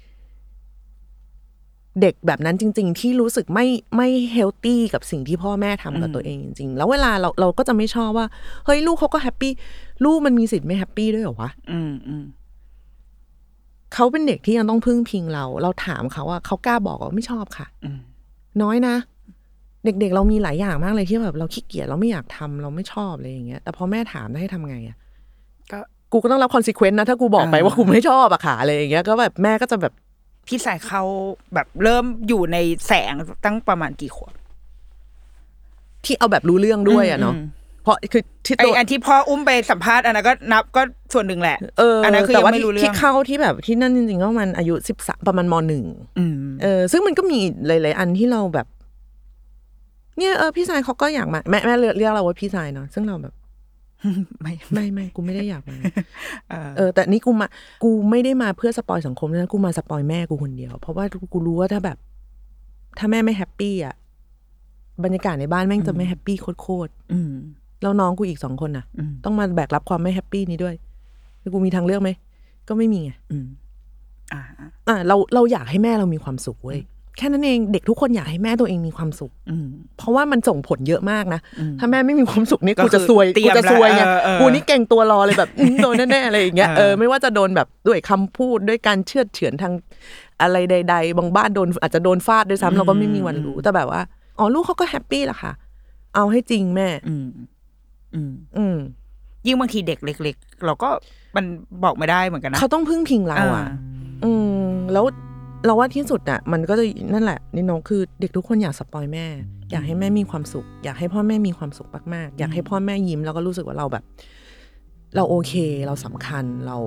เด็กแบบนั้นจริงๆที่รู้สึกไม่ไม่เฮลตี้กับสิ่งที่พ่อแม่ทำกับตัวเองจริงๆแล้วเวลาเราเราก็จะไม่ชอบว่าเฮ้ยลูกเขาก็แฮปปี้ลูกมันมีสิทธิ์ไม่แฮปปี้ด้วยเหรอวะอืมอืมเขาเป็นเด็กที่ยังต้องพึ่งพิงเราเราถามเขาว่าเขากล้าบอกว่าไม่ชอบค่ะน้อยนะเด็กๆเรามีหลายอย่างมากเลยที่แบบเราขี้เกียจเราไม่อยากทำเราไม่ชอบอะไรอย่างเงี้ยแต่พอแม่ถามได้ให้ทำไงอ่ะก็กูก็ต้องรับคอนซีเควนซ์นะถ้ากูบอกไปว่ากูไม่ชอบอะค่ะอะไรอย่างเงี้ยก็แบบแม่ก็จะแบบพี่สายเขาแบบเริ่มอยู่ในแสงตั้งประมาณกี่ขวบที่เอาแบบรู้เรื่องด้วยอะเนาะเพราะคือที่ตัวอันที่พ่ออุ้มไปสัมภาษณ์อันนั้นก็นับก็ส่วนหนึ่งแหละเอออันนั้นคือยังไม่รู้เรื่องที่เข้าที่แบบที่นั่นจริงๆก็มันอายุสิบสามประมาณม.หนึ่งเออซึ่งมันก็มีหลายๆอันที่เราแบบเนี่ยเออพี่สายเขาก็อยากมาแม่แม่เรียกเราว่าพี่สายเนาะซึ่งเราแบบไม่ไม่ไม่กูไม่ได้อยากมาเออแต่นี่กูมากูไม่ได้มาเพื่อสปอยสังคมนะกูมาสปอยแม่กูคนเดียวเพราะว่ากูรู้ว่าถ้าแบบถ้าแม่ไม่แฮปปี้อ่ะบรรยากาศในบ้านแม่งจะไม่แฮปปี้โคตรๆแล้วน้องกูอีกสองคนน่ะต้องมาแบกรับความไม่แฮปปี้นี้ด้วยกูมีทางเลือกไหมก็ไม่มีไงอ่าอ่าเราเราอยากให้แม่เรามีความสุขเว้ยแค่นั้นเองเด็กทุกคนอยากให้แม่ตัวเองมีความสุขเพราะว่ามันส่งผลเยอะมากนะถ้าแม่ไม่มีความสุขนี่กูจะซวยกูจะซวยไงกูนี่เก่งตัวรอเลยแบบโดนแน่ๆอะไรอย่างเงี้ยเออไม่ว่าจะโดนแบบด้วยคำพูดด้วยการเชือดเฉือนทางอะไรใดๆบางบ้านโดนอาจจะโดนฟาดด้วยซ้ำเราก็ไม่มีวันรู้แต่แบบว่าอ๋อลูกเขาก็แฮปปี้แหละค่ะเอาให้จริงแม่อืมอืมอืมยิ่งบางทีเด็กเล็กๆเราก็มันบอกไม่ได้เหมือนกันนะเขาต้องพึ่งพิงเราอ่ะอืมแล้วเราว่าที่สุดอ่ะมันก็จะนั่นแหละนี่น้องคือเด็กทุกคนอยากสปอยแม่อยากให้แม่มีความสุขอยากให้พ่อแม่มีความสุขมากๆอยากให้พ่อแม่ยิ้มแล้วก็รู้สึกว่าเราแบบเราโอเคเราสำคัญเรา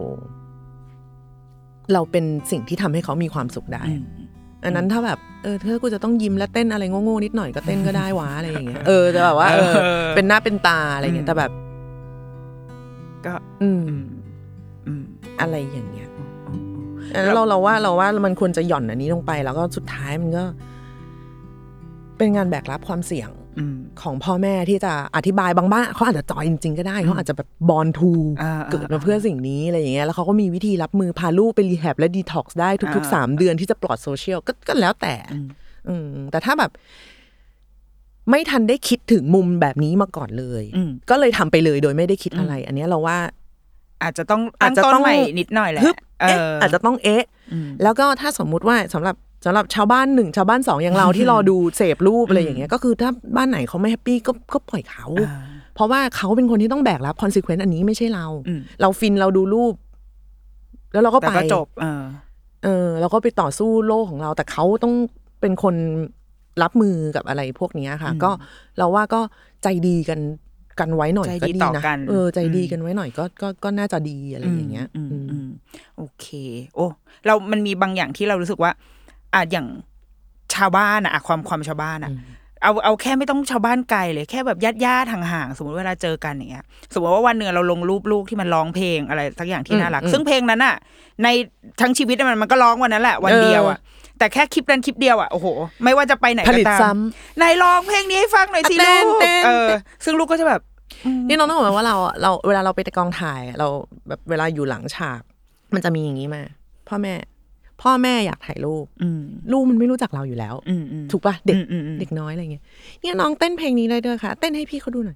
เราเป็นสิ่งที่ทำให้เขามีความสุขได้อันนั้นถ้าแบบเออถ้ากูจะต้องยิ้มและเต้นอะไรโง่ๆนิดหน่อยก็เต้นก็ได้วะอะไรอย่างเงี้ยเออแต่แบบว่าเออเป็นหน้าเป็นตาอะไรอย่างเงี้ยแต่แบบก็อืมอืมอะไรอย่างเงี้ยแล้วเราเราว่าเราว่ามันควรจะหย่อนอันนี้ลงไปแล้วก็สุดท้ายมันก็เป็นงานแบกรับความเสี่ยงของพ่อแม่ที่จะอธิบายบางบ้านเขาอาจจะจอยจริงๆก็ได้เขาอาจจะแบบบอร์นทูเกิดมาเพื่อสิ่งนี้อะไรอย่างเงี้ยแล้วเขาก็มีวิธีรับมือพาลูกไปรีแฮบและดีท็อกซ์ได้ทุกๆสามเดือนที่จะปลอดโซเชียลก็แล้วแต่อืมแต่ถ้าแบบไม่ทันได้คิดถึงมุมแบบนี้มาก่อนเลยก็เลยทำไปเลยโดยไม่ได้คิดอะไรอันนี้เราว่าอาจจะต้องอาจจะต้องใหม่นิดหน่อยแหละเอออาจจะต้องเอ๊ะแล้วก็ถ้าสมมุติว่าสำหรับสำหรับชาวบ้านหนึ่งชาวบ้านสองอย่างเราที่รอดูเสพรูปอะไรอย่างเงี้ยก็คือถ้าบ้านไหนเขาไม่แฮปปี้ก็ก็ปล่อยเขาเพราะว่าเขาเป็นคนที่ต้องแบกรับคอนซีเควนซ์อันนี้ไม่ใช่เราเราฟินเราดูรูปแล้วเราก็ไปจบเออเออเราก็ไปต่อสู้โลกของเราแต่เขาต้องเป็นคนรับมือกับอะไรพวกนี้ค่ะก็เราว่าก็ใจดีกันกันไว้หน่อยก็ดีนะเออใจดีกันไว้หน่อยก็ก็ก็น่าจะดีอะไรอย่างเงี้ยโอเคโอ้เรามันมีบางอย่างที่เรารู้สึกว่าอ่ะอย่างชาวบ้านอ่ะความความชาวบ้านอ่ะเอาเอาแค่ไม่ต้องชาวบ้านไกลเลยแค่แบบญาติๆห่างๆสมมติเวลาเจอกันอย่างเงี้ยสมมติว่าวันนึงเราลงรูปลูกที่มันร้องเพลงอะไรสักอย่างที่น่ารักซึ่งเพลงนั้นอ่ะในทั้งชีวิตมันมันก็ร้องวันนั้นแหละวันเดียวอ่ะแต่แค่คลิปนั้นคลิปเดียวอ่ะโอ้โหไม่ว่าจะไปไหนก็ตามไหนร้องเพลงนี้ให้ฟังหน่อยสิลูกเออซึ่งลูกก็จะแบบนี่น้องต้องบอกว่าเราเราเวลาเราไปแต่กองถ่ายเราแบบเวลาอยู่หลังฉากมันจะมีอย่างนี้มาพ่อแม่พ่อแม่อยากถ่ายรูปลูกมันไม่รู้จักเราอยู่แล้วถูกป่ะเด็กเด็กน้อยอะไรเงี้ยเนี่ยน้องเต้นเพลงนี้ได้ด้วยค่ะเต้นให้พี่เขาดูหน่อย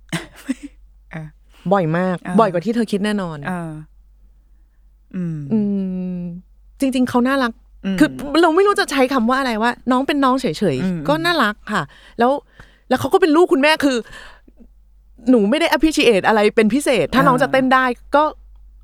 บ่อยมากบ่อยกว่าที่เธอคิดแน่นอนอืมจริงๆเขาน่ารักคือเราไม่รู้จะใช้คำว่าอะไรว่าน้องเป็นน้องเฉยๆก็น่ารักค่ะแล้วแล้วเขาก็เป็นลูกคุณแม่คือหนูไม่ได้ appreciate อะไรเป็นพิเศษถ้าน้องจะเต้นได้ก็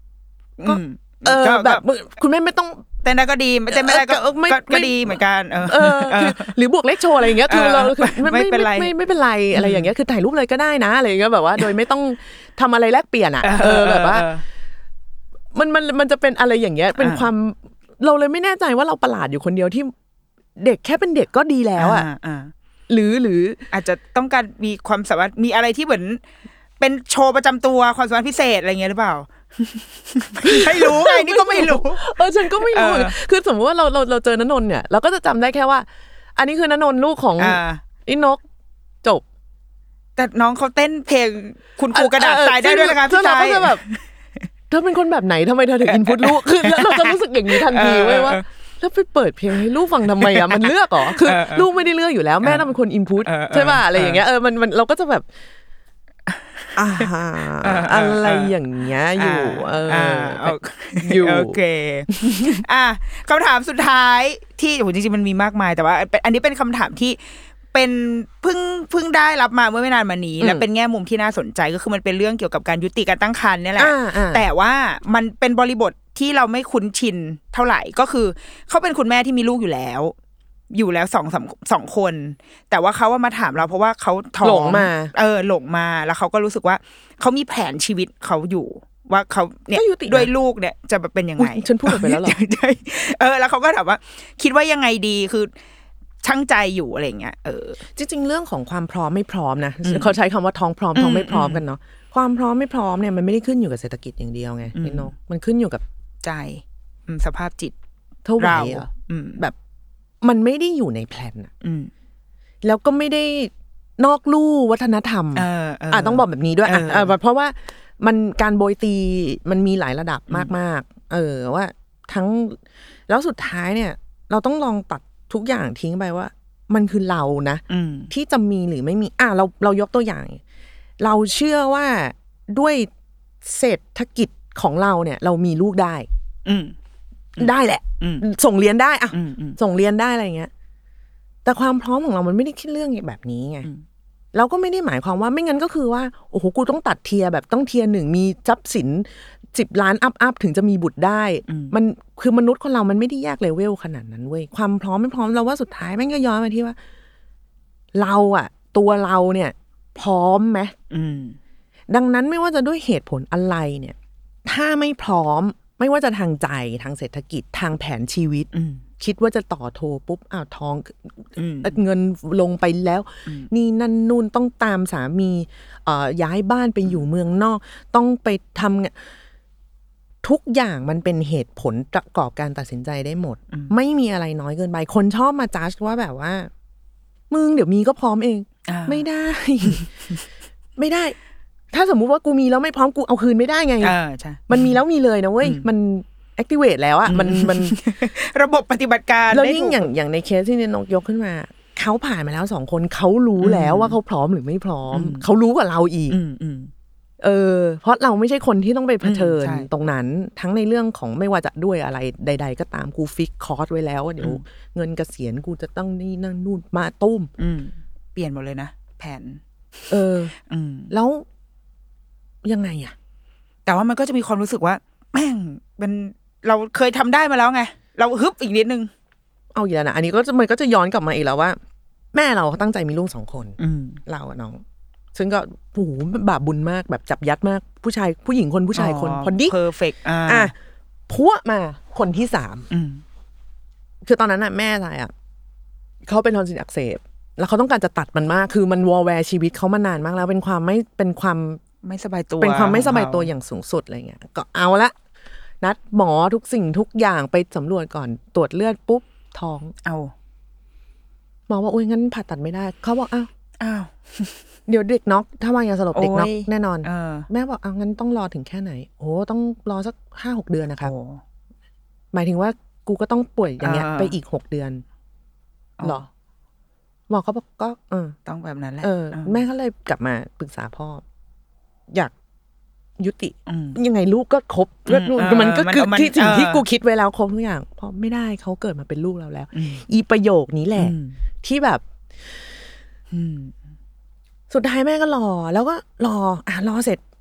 ก็เออแบบคุณแม่ไม่ต้องเต้นได้ก็ดีเต้นไม่ได้ก็ก็ดีเหมือนกันเออหรือบวกเลขโชว์อะไรอย่างเงี้ยคือเราคือไม่เป็นไรไม่ไม่เป็นไรอะไรอย่างเงี้ยคือถ่ายรูปเลยก็ได้นะอะไรอย่างเงี้ยแบบว่าโดยไม่ต้องทำอะไรแลกเปลี่ยนอ่ะเออแบบว่ามันมันมันจะเป็นอะไรอย่างเงี้ยเป็นความเราเลยไม่แน่ใจว่าเราประหลาดอยู่คนเดียวที่เด็กแค่เป็นเด็กก็ดีแล้วอ่ะหรือหรืออาจจะต้องการมีความสามารถมีอะไรที่เหมือนเป็นโชว์ประจำตัวความสามารถพิเศษอะไรเงี้ยหรือเปล่าไม่รู้ไงนี่ก็ไม่รู้เออฉันก็ไม่รู้คือสมมติว่าเราเราเราเจอณนนท์เนี่ยเราก็จะจำได้แค่ว่าอันนี้คือณนนท์ลูกของอินกจบแต่น้องเขาเต้นเพลงคุณครูกระดาษทรายได้ด้วยนะคะพี่ชายแบบเธอเป็นคนแบบไหนทำไมเธอถึงอินพุตลูกคือเราจะรู้สึกอย่างนี้ทันทีเว้ยว่าแล้วไปเปิดเพลงให้ลูกฟังทำไมอ่ะมันเลือกเหรอคือลูกไม่ได้เลือกอยู่แล้วแม่ต้องเป็นคนอินพุตใช่ป่ะอะไรอย่างเงี้ยเออมันมันเราก็จะแบบอ่าอะไรอย่างเงี้ยอยู่เอออยู่โอเคอ่ะคำถามสุดท้ายที่โหจริงๆมันมีมากมายแต่ว่าอันนี้เป็นคำถามที่เป็นเพิ่งเพิ่งได้รับมาเมื่อไม่นานมานี้และเป็นแง่มุมที่น่าสนใจก็คือมันเป็นเรื่องเกี่ยวกับการยุติการตั้งครรภ์นี่แหละแต่ว่ามันเป็นบริบทที่เราไม่คุ้นชินเท่าไหร่ก็คือเขาเป็นคุณแม่ที่มีลูกอยู่แล้วอยู่แล้วสองสามสองคนแต่ว่าเขาว่ามาถามเราเพราะว่าเขาท้องหลงมาเออหลงมาแล้วเขาก็รู้สึกว่าเขามีแผนชีวิตเขาอยู่ว่าเขาเนี่ยด้วยลูกเนี่ยจะเป็นยังไงฉันพูดไปแล้วหรอเออแล้วเขาก็ถามว่าคิดว่ายังไงดีคือช่างใจอยู่อะไรเงี้ยเออจริงๆเรื่องของความพร้อมไม่พร้อมนะเขาใช้คำว่าท้องพร้อมท้องไม่พร้อมกันเนาะความพร้อมไม่พร้อมเนี่ยมันไม่ได้ขึ้นอยู่กับเศรษฐกิจอย่างเดียวไงพี่นกมันขึ้นอยู่กับใจสภาพจิตเท่าไหร่อ่ะแบบมันไม่ได้อยู่ในแพลนอ่ะแล้วก็ไม่ได้นอกลู่วัฒนธรรมอ่าต้องบอกแบบนี้ด้วยอ่ะเพราะว่ามันการโบยตีมันมีหลายระดับมากๆเออว่าทั้งแล้วสุดท้ายเนี่ยเราต้องลองตัดทุกอย่างทิ้งไปว่ามันคือเรานะที่จะมีหรือไม่มีอ่ะเราเรายกตัวอย่างเราเชื่อว่าด้วยเศรษฐกิจของเราเนี่ยเรามีลูกได้ได้แหละส่งเรียนได้อ่ะส่งเรียนได้อะไรเงี้ยแต่ความพร้อมของเรามันไม่ได้คิดเรื่องแบบนี้ไงเราก็ไม่ได้หมายความว่าไม่งั้นก็คือว่าโอ้โหกูต้องตัดเทียร์แบบต้องเทียร์หนึ่งมีทรัพย์สินสิบล้านอัพอัพถึงจะมีบุตรได้มันคือมนุษย์คนเรามันไม่ได้แยกเลเวลขนาดนั้นเว้ยความพร้อมไม่พร้อมเราว่าสุดท้ายแม่งก็ย้อนมาที่ว่าเราอ่ะตัวเราเนี่ยพร้อมไหมดังนั้นไม่ว่าจะด้วยเหตุผลอะไรเนี่ยถ้าไม่พร้อมไม่ว่าจะทางใจทางเศรษฐกิจทางแผนชีวิตคิดว่าจะต่อโทรปุ๊บอ้าวท้องเงินลงไปแล้วนี่นั่นนู่นต้องตามสามีเอ่อย้ายบ้านไปอยู่เมืองนอกต้องไปทำทุกอย่างมันเป็นเหตุผลประกอบการตัดสินใจได้หมดไม่มีอะไรน้อยเกินไปคนชอบมาจัดว่าแบบว่ามึงเดี๋ยวมีก็พร้อมเองไม่ได้ ไม่ได้ถ้าสมมุติว่ากูมีแล้วไม่พร้อมกูเอาคืนไม่ได้ไงมันมีแล้วมีเลยนะเว้ยมันactivate แล้วอ่ะมันมันระบบปฏิบัติการแล้วยิ่งอย่างอย่างในเคสที่นกยกขึ้นมาเขาผ่านมาแล้วสองคนเขารู้แล้วว่าเขาพร้อมหรือไม่พร้อมเขารู้กว่าเราอีกเออเพราะเราไม่ใช่คนที่ต้องไปเผชิญตรงนั้นทั้งในเรื่องของไม่ว่าจะด้วยอะไรใดๆก็ตามกูฟิกคอร์สไว้แล้วเดี๋ยวเงินเกษียณกูจะต้องนี่นั่นนู่นมาตุ้มเปลี่ยนหมดเลยนะแผนเออแล้วยังไงอ่ะแต่ว่ามันก็จะมีความรู้สึกว่าแม่งเป็นเราเคยทำได้มาแล้วไงเราฮึบอีกนิดนึงเอาอีกแล้วนะอันนี้ก็จะมันก็จะย้อนกลับมาอีกแล้วว่าแม่เราตั้งใจมีลูกสองคนเราอะน้องซึ่งก็โอ้โหบาปบุญมากแบบจับยัดมากผู้ชายผู้หญิงคนผู้ชายคนพอดีเพอร์เฟกต์อ่ะพัวมาคนที่สามคือตอนนั้นน่ะแม่อะไรอ่ะเขาเป็นทอนซิลอักเสบแล้วเขาต้องการจะตัดมันมากคือมันวอลแวร์ชีวิตเขามานานมากแล้วเป็นความไม่เป็นความไม่สบายตัวเป็นความไม่สบายตัวอย่างสูงสุดอะไรเงี้ยก็เอาละนัดหมอทุกสิ่งทุกอย่างไปสำรวจก่อนตรวจเลือดปุ๊บท้องเอาหมอบอกโอ้ยงั้นผ่าตัดไม่ได้เขาบอกอ้าวอ้าวเดี๋ยวเด็กน็อกถ้าวางยาสลบเด็กน็อกแน่นอนแม่บอกอ้าวงั้นต้องรอถึงแค่ไหนโอ้ต้องรอสักห้าหกเดือนนะครับหมายถึงว่ากูก็ต้องป่วยอย่างเงี้ยไปอีกหกเดือนหรอหมอเขาบอกก็เออต้องแบบนั้นแหละแม่ก็เลยกลับมาปรึกษาพ่ออยากยุติยังไงลูกก็ครบมันก็คือที่สิ่งที่กูคิดไว้แล้วครบทุกอย่างเพราะไม่ได้เขาเกิดมาเป็นลูกเราแล้วอีประโยคนี้แหละที่แบบสุดท้ายแม่ก็รอแล้วก็รออ่ะรอเสร็จ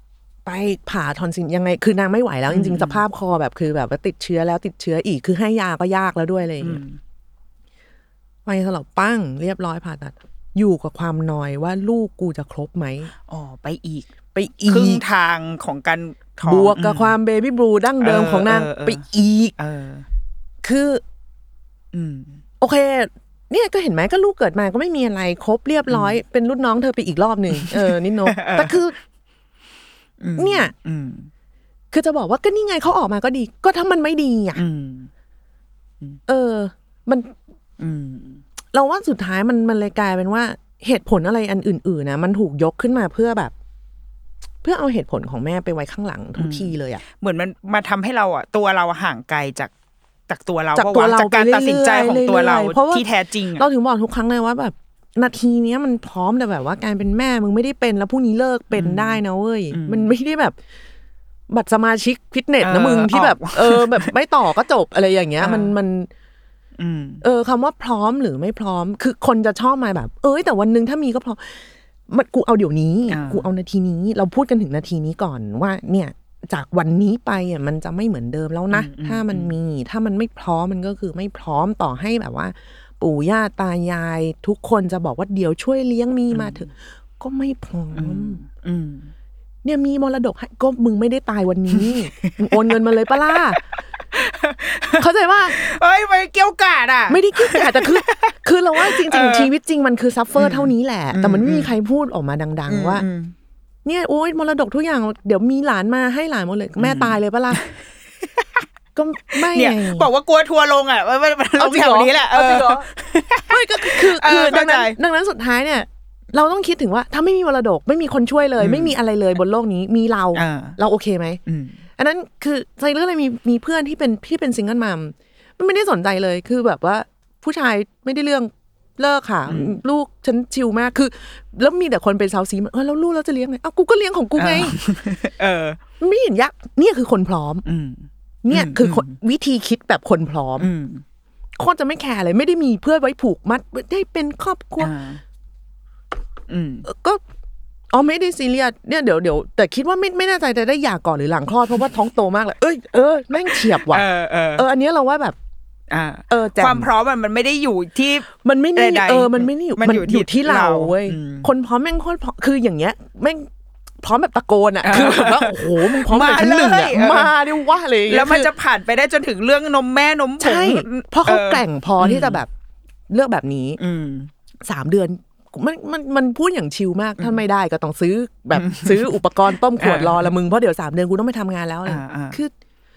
ไปผ่าทอนซิลยังไงคือนางไม่ไหวแล้วจริงๆสภาพคอแบบคือแบบว่าติดเชื้อแล้วติดเชื้ออีกคือให้ยาก็ยากแล้วด้วยอะไรอย่างเงี้ยไปสลบปั้งเรียบร้อยผ่าตัดอยู่กับความนอยว่าลูกกูจะครบไหมอ๋อไปอีกไปอีกครึ่งทางของการบวกกับความเบบี้บลูดั้งเดิมของนางไปอีกคืออืมโอเคเนี่ยก็เห็นไหมก็ลูกเกิดมาก็ไม่มีอะไรครบเรียบร้อยเป็นรุ่นน้องเธอไปอีกรอบหนึ่งเออนิดโนแต่คือเนี่ยคือจะบอกว่าก็นี่ไงเขาออกมาก็ดีก็ถ้ามันไม่ดีอ่ะเออมันเราว่าสุดท้ายมันมันเลยกลายเป็นว่าเหตุผลอะไรอันอื่นๆนะมันถูกยกขึ้นมาเพื่อแบบเพื่อเอาเหตุผลของแม่ไปไว้ข้างหลังทุกทีเลยอ่ะเหมือนมันมาทำให้เราอ่ะตัวเราห่างไกลจากจากตัวเราจากตัวเราจากการตัดสินใจของตัวเราที่แท้จริงเราถึงบอกทุกครั้งเลยว่าแบบนาทีนี้มันพร้อมแต่แบบว่าการเป็นแม่มึงไม่ได้เป็นแล้วพรุ่งนี้เลิกเป็นได้นะเว้ยมันไม่ได้แบบบัตรสมาชิกฟิตเนสนะมึงที่แบบเออแบบไม่ต่อก็จบอะไรอย่างเงี้ยมันมันเออคำว่าพร้อมหรือไม่พร้อมคือคนจะชอบมาแบบเอ้ยแต่วันนึงถ้ามีก็พร้อมมันกูเอาเดี๋ยวนี้กูเอานาทีนี้เราพูดกันถึงนาทีนี้ก่อนว่าเนี่ยจากวันนี้ไปอ่ะมันจะไม่เหมือนเดิมแล้วนะถ้ามันมีถ้ามันไม่พร้อมมันก็คือไม่พร้อมต่อให้แบบว่าปู่ย่าตายายทุกคนจะบอกว่าเดี๋ยวช่วยเลี้ยงมีมาเถอะก็ไม่พร้อมเนี่ยมีมรดกให้ก็มึงไม่ได้ตายวันนี้มึงโอนเงินมาเลยปะล่ะเข้าใจว่าเอ้ยไม่เกี่ยวกาดอ่ะไม่ได้เกี่ยวกาดแต่คือคือเราว่าจริงๆชีวิตจริงมันคือซัฟเฟอร์เท่านี้แหละแต่มันไม่มีใครพูดออกมาดังๆว่าเนี่ยโอ๊ยมรดกทุกอย่างเดี๋ยวมีหลานมาให้หลานหมดเลยแม่ตายเลยปะล่ะก็ไม่เนี่ยบอกว่ากลัวทัวร์ลงอ่ะไม่ลงแถวนี้แหละเออไม่ก็คือคือดังนั้นดังนั้นสุดท้ายเนี่ยเราต้องคิดถึงว่าถ้าไม่มีมรดกไม่มีคนช่วยเลยไม่มีอะไรเลยบนโลกนี้มีเราเราโอเคไหมอันนั้นคือใจเรื่องอะไรมีมีเพื่อนที่เป็นที่เป็นซิงเกิลมัมมันไม่ได้สนใจเลยคือแบบว่าผู้ชายไม่ได้เรื่องเลิกค่ะลูกฉันชิลมากคือแล้วมีแต่คนเป็นเซาซีเออแล้วลูกเราจะเลี้ยงไงอ้าวกูก็เลี้ยงของกูไงเออไม่เห็นยากเนี่ยคือคนพร้อมเนี่ยคือวิธีคิดแบบคนพร้อมโคตรจะไม่แคร์เลยไม่ได้มีเพื่อไว้ผูกมัดได้เป็นครอบครัวก็อ๋อไม่ได้ซีเรียสเนี่ยเดี๋ยวเดี๋ยวแต่คิดว่าไม่ไม่แน่ใจจะได้หย่าก่อนหรือหลังคลอดเพราะว่าท้องโตมากเลยเอ้ยเออแม่งเฉียบว่ะเออเอออันนี้เราว่าแบบเออความพร้อมมันมันไม่ได้อยู่ที่มันไม่นี่เออมันไม่นี่มันอยู่ที่เราเว้ยคนพร้อมแม่งโคตรพร้อมคืออย่างเงี้ยแม่งพร้อมแบบตะโกนอ่ะคือแบบว่าโอ้โหมึงพร้อมแบบชั้นหนึ่งอ่ะมาดิว่าเลยแล้วมันจะผ่านไปได้จนถึงเรื่องนมแม่นมผงเพราะเขาแกร่งพอที่จะแบบเลือกแบบนี้สามเดือนมันมันมันพูดอย่างชิลมากถ้าไม่ได้ก็ต้องซื้อแบบซื้ออุปกรณ์ต้มขวดรอละมึงเพราะเดี๋ยวสามเดือนกูต้องไปทำงานแล้วอะไรคือ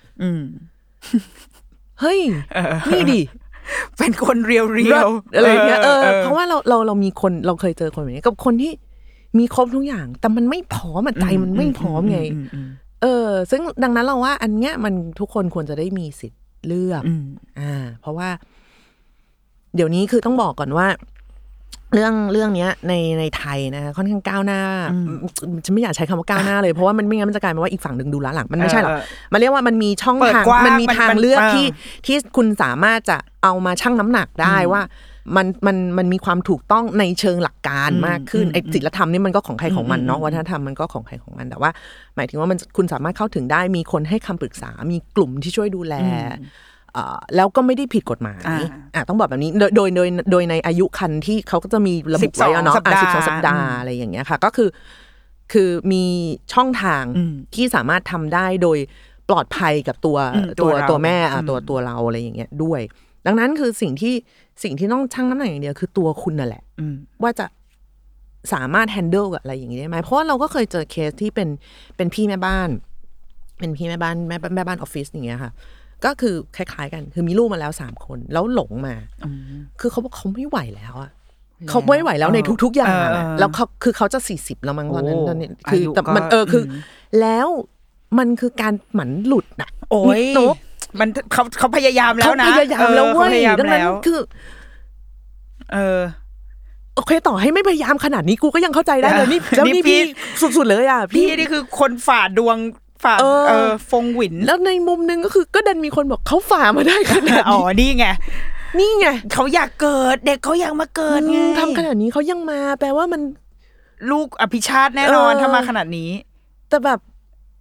เฮ้ยนี่ดิเป็นคนเรียวเรียวอะไรเงี้ยเออเพราะว่าเราเราเรามีคนเราเคยเจอคนแบบนี้กับคนที่มีครบทุกอย่างแต่มันไม่พร้อมใจมันไม่พร้อมไงเออซึ่งดังนั้นเราว่าอันเนี้ยมันทุกคนควรจะได้มีสิทธิ์เลือกอ่าเพราะว่าเดี๋ยวนี้คือต้องบอกก่อนว่าเรื่องเรื่องนี้ในในไทยนะค่อนข้างก้าวหน้าฉันไม่อยากใช้คำว่าก้าวหน้าเลยเพราะว่ามันไม่งั้นมันจะกลายเป็นว่าอีกฝั่งหนึ่งดูล้าหลังมันไม่ใช่หรอกมันเรียกว่ามันมีช่องทางมันมีทางเลือกที่ที่คุณสามารถจะเอามาชั่งน้ำหนักได้ว่ามันมันมันมีความถูกต้องในเชิงหลักการมากขึ้นไอ้ศีลธรรมนี่มันก็ของใครของมันเนาะวัฒนธรรมมันก็ของใครของมันแต่ว่าหมายถึงว่ามันคุณสามารถเข้าถึงได้มีคนให้คำปรึกษามีกลุ่มที่ช่วยดูแลแล้วก็ไม่ได้ผิดกฎหมายอ่ะต้องบอกแบบนี้โดยโดยโดยโดยในอายุคันที่เขาก็จะมีระบุไว้เนาะอ่ะสิบสองสัปดาห์อะไรอย่างเงี้ยค่ะก็คือคือมีช่องทางที่สามารถทำได้โดยปลอดภัยกับตัวตัวตัวแม่อ่ะตัวตัวเราอะไรอย่างเงี้ยด้วยดังนั้นคือสิ่งที่สิ่งที่ต้องชั่งน้ำหนักอย่างเดียวคือตัวคุณน่ะแหละว่าจะสามารถแฮนเดิลกับอะไรอย่างงี้ได้ไหมเพราะว่าเราก็เคยเจอเคสที่เป็นเป็นพี่แม่บ้านเป็นพี่แม่บ้านแม่แม่บ้านออฟฟิศอย่างเงี้ยค่ะก็คือคล้ายๆกันคือมีลูกมาแล้วสามคนแล้วหลงมาคือเขาบอกเขาไม่ไหวแล้วอ่ะเขาไม่ไหวแล้วในทุกๆอย่างแล้วเขาคือเขาจะสี่สิบแล้วมั้งตอนนั้นตอนนี้คือแต่มันเออคือแล้วมันคือการหมันหลุดอ่ะโอ้ยมันเขาเขาพยายามแล้วนะเขาพยายามแล้วเว้ยดังนั้นคือเออโอเคต่อให้ไม่พยายามขนาดนี้กูก็ยังเข้าใจได้เลยนี่แล้วนี่พี่สุดๆเลยอ่ะพี่นี่คือคนฝ่าดวงฝ่าเออฟงหวินแล้วในมุมนึงก็คือก็ดันมีคนบอกเขาฝ่ามาได้ขนาดนี้อ๋อนี่ไงนี่ไงเขาอยากเกิดเด็กเขาอยากมาเกิดไงทำขนาดนี้เขายังมาแปลว่ามันลูกอภิชาติแน่นอนถ้ามาขนาดนี้แต่แบบ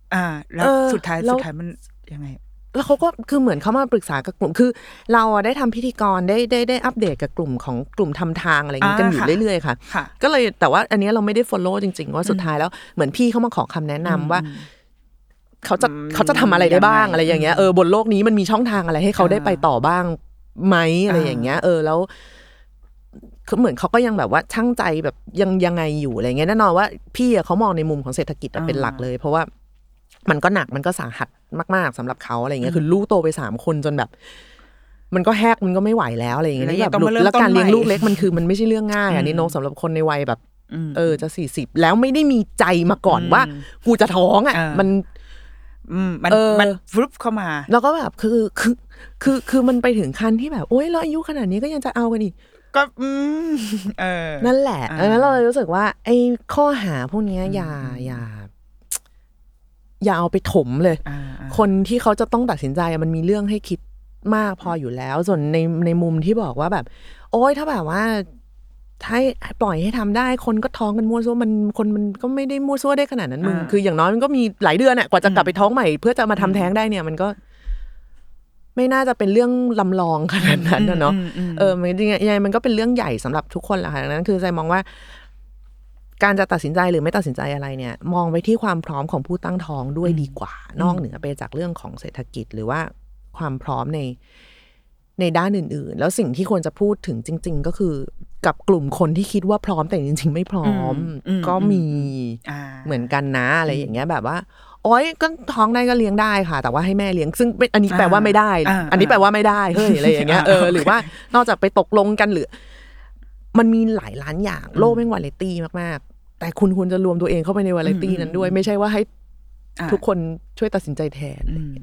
อ่าแล้วสุดท้ายสุดท้ายมันยังไงแล้วเขาก็คือเหมือนเขามาปรึกษากับกลุ่มคือเราได้ทำพิธีกรได้ได้ได้อัปเดตกับกลุ่มของกลุ่มทำทางอะไรอย่างนี้กันอยู่เรื่อยๆค่ะก็เลยแต่ว่าอันนี้เราไม่ได้ follow จริงๆว่าสุดท้ายแล้วเหมือนพี่เขามาขอคำแนะนำว่าเขาจะเขาจะทำอะไรได้บ้างอะไรอย่างเงี้ยเออบนโลกนี้มันมีช่องทางอะไรให้เขาได้ไปต่อบ้างไหมอะไรอย่างเงี้ยเออแล้วคือเหมือนเขาก็ยังแบบว่าช่างใจแบบยังยังไงอยู่อะไรเงี้ยแน่นอนว่าพี่อะเขามองในมุมของเศรษฐกิจเป็นหลักเลยเพราะว่ามันก็หนักมันก็สาหัสมากๆสำหรับเขาอะไรเงี้ยคือลูกโตไปสามคนจนแบบมันก็แหกมันก็ไม่ไหวแล้วอะไรอย่างเงี้ยแบบแล้วการเลี้ยงลูกเล็กมันคือมันไม่ใช่เรื่องง่ายอันนี้น้องสำหรับคนในวัยแบบเออจะสี่สิบแล้วไม่ได้มีใจมาก่อนว่ากูจะท้องอ่ะมันมันมันฟลุปเข้ามาแล้วก็แบบคือคือคือคือมันไปถึงขั้นที่แบบโอ๊ยเราอายุขนาดนี้ก็ยังจะเอากันอีกก็อืมเออนั่นแหละดังนั้นเราเลยรู้สึกว่าไอ้ข้อหาพวกนี้อย่าอย่าอย่าเอาไปถมเลยคนที่เขาจะต้องตัดสินใจมันมีเรื่องให้คิดมากพออยู่แล้วส่วนในในมุมที่บอกว่าแบบโอ๊ยถ้าแบบว่าถ้าปล่อยให้ทำได้คนก็ท้องกันมั่วซั่วมันคนมันก็ไม่ได้มั่วซั่วได้ขนาดนั้นมึงคืออย่างน้อยมันก็มีหลายเดือนอ่ะกว่าจะกลับไปท้องใหม่เพื่อจะมาทำแท้งได้เนี่ยมันก็ไม่น่าจะเป็นเรื่องลำลองขนาดนั้นนะเนาะเออมันยังไงมันก็เป็นเรื่องใหญ่สำหรับทุกคนแหละค่ะดังนั้นคือใจมองว่าการจะตัดสินใจหรือไม่ตัดสินใจอะไรเนี่ยมองไปที่ความพร้อมของผู้ตั้งท้องด้วยดีกว่านอกเหนือไปจากเรื่องของเศรษฐกิจหรือว่าความพร้อมในในด้านอื่นๆแล้วสิ่งที่ควรจะพูดถึงจริงๆก็คือกับกลุ่มคนที่คิดว่าพร้อมแต่จริงๆไม่พร้อมก็มีเหมือนกันนะอะไรอย่างเงี้ยแบบว่าโอ๊ยก็ท้องได้ก็เลี้ยงได้ค่ะแต่ว่าให้แม่เลี้ยงซึ่งอันนี้แปลว่าไม่ได้อันนี้แปลว่าไม่ได้เฮ้ยอะไรอย่างเงี้ยเออหรือว่านอกจากไปตกลงกันหรือมันมีหลายล้านอย่างโลกแม่งวาไรตี้มากๆแต่คุณควรจะรวมตัวเองเข้าไปในวาไรตี้นั้นด้วยไม่ใช่ว่าให้ทุกคนช่วยตัดสินใจแทน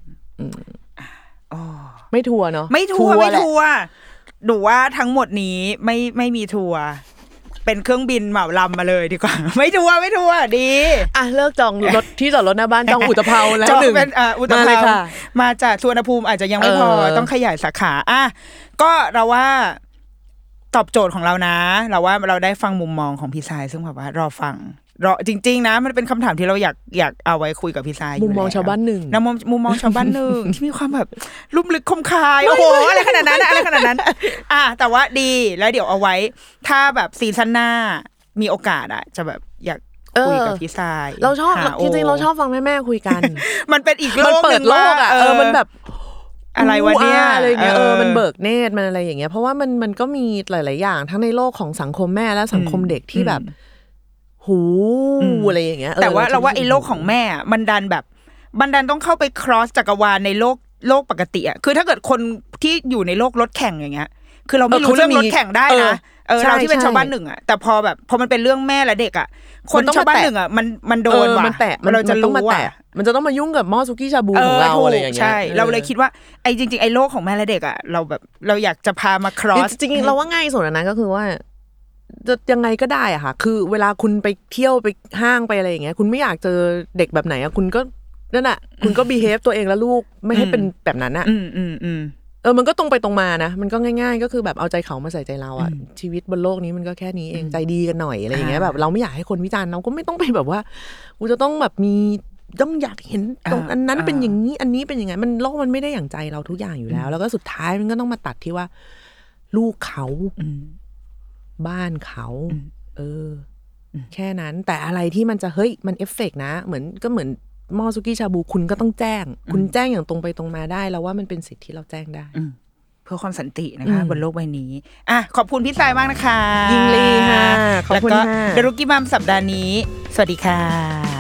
ไม่ทัวร์เนาะไม่ทัวร์ไม่ทัวร์ดูว่าทั้งหมดนี้ไม่ไม่มีทัวร์เป็นเครื่องบินเหมาลำมาเลยดีกว่าไม่ทัวร์ไม่ทัวร์ดีอ่ะเลิกจองรถที่จอดรถหน้าบ้านจองอุตภาวแล้วหนึ่งเป็นอ่าอุตภาวมาจากสุวรรณภูมิอาจจะยังไม่พอต้องขยายสาขาอ่ะก็เราว่าตอบโจทย์ของเรานะเราว่าเราได้ฟังมุมมองของพี่ทรายซึ่งแบบว่ารอฟังรอจริงๆนะมันเป็นคำถามที่เราอยากอยากเอาไว้คุยกับพี่ทรายมุมมองชาวบ้านหนึ่งนะมุมมุมมองชาวบ้านหนึ่งที่มีความแบบลุ่มลึกคมคายโอ้โหอะไรขนาดนั้นอะไรขนาดนั้นอ่ะแต่ว่าดีแล้วเดี๋ยวเอาไว้ถ้าแบบซีซั่นหน้ามีโอกาสอ่ะจะแบบอยากคุยกับพี่ทรายเราชอบจริงๆเราชอบฟังแม่ๆคุยกันมันเป็นอีกโลกนึงว่าเออมันแบบอะไรวะเนี่ยอะไรเงี้ยเออมันเบิกเนตรมันอะไรอย่างเงี้ยเพราะว่ามันมันก็มีหลายๆอย่างทั้งในโลกของสังคมแม่และสังคมเด็กที่แบบหูอะไรอย่างเงี้ยแต่ว่าเราว่าไอ้โลกของแม่มันดันแบบมันดันต้องเข้าไป cross จักรวาลในโลกโลกปกติอ่ะคือถ้าเกิดคนที่อยู่ในโลกรถแข่งอย่างเงี้ยคือเราไม่รู้เรื่องรถแข่งได้นะเออเราที่เป็นชาวบ้านหนึ่งอ่ะแต่พอแบบพอมันเป็นเรื่องแม่และเด็กอ่ะคนชาวบ้านหนึ่งอ่ะมันมันโดนว่ะมันแตะเราจะรู้ว่ามันจะต้องมายุ่งกับหม้อซุกี้ชาบูของเราอะไรอย่างเงี้ยใช่เราเลยคิดว่าไอ้จริงๆไอ้โลกของแม่และเด็กอ่ะเราแบบเราอยากจะพามา cross จริงๆเราว่าง่ายสุดนะก็คือว่าจะยังไงก็ได้อะค่ะคือเวลาคุณไปเที่ยวไปห้างไปอะไรอย่างเงี้ยคุณไม่อยากเจอเด็กแบบไหนอะคุณก็นั่นน่ะคุณก็ behave ตัวเองและลูกไม่ให้เป็นแบบนั้นอะเออมันก็ตรงไปตรงมานะมันก็ง่ายๆก็คือแบบเอาใจเขามาใส่ใจเราอะชีวิตบนโลกนี้มันก็แค่นี้เองใจดีกันหน่อยอะไรอย่างเงี้ยแบบเราไม่อยากให้คนวิจารณ์เราก็ไม่ต้องไปแบบว่ากูจะต้องแบบมีต้องอยากเห็นตรงอันนั้นเป็นอย่างนี้อันนี้เป็นยังไงมันโลกมันไม่ได้อย่างใจเราทุกอย่างอยู่แล้วแล้วก็สุดท้ายมันก็ต้องมาตัดที่ว่าลูกเขาบ้านเขาเออแค่นั้นแต่อะไรที่มันจะเฮ้ยมันเอฟเฟกต์นะเหมือนก็เหมือนหม้อซุกี้ชาบูคุณก็ต้องแจ้งคุณแจ้งอย่างตรงไปตรงมาได้แล้วว่ามันเป็นสิทธิ์ที่เราแจ้งได้เพื่อความสันตินะคะบนโลกใบนี้อ่ะขอบคุณพี่ทรายมากนะคะยิงลีค่ะขอบคุณค่ะเดรุกี้มัมสัปดาห์นี้สวัสดีค่ะ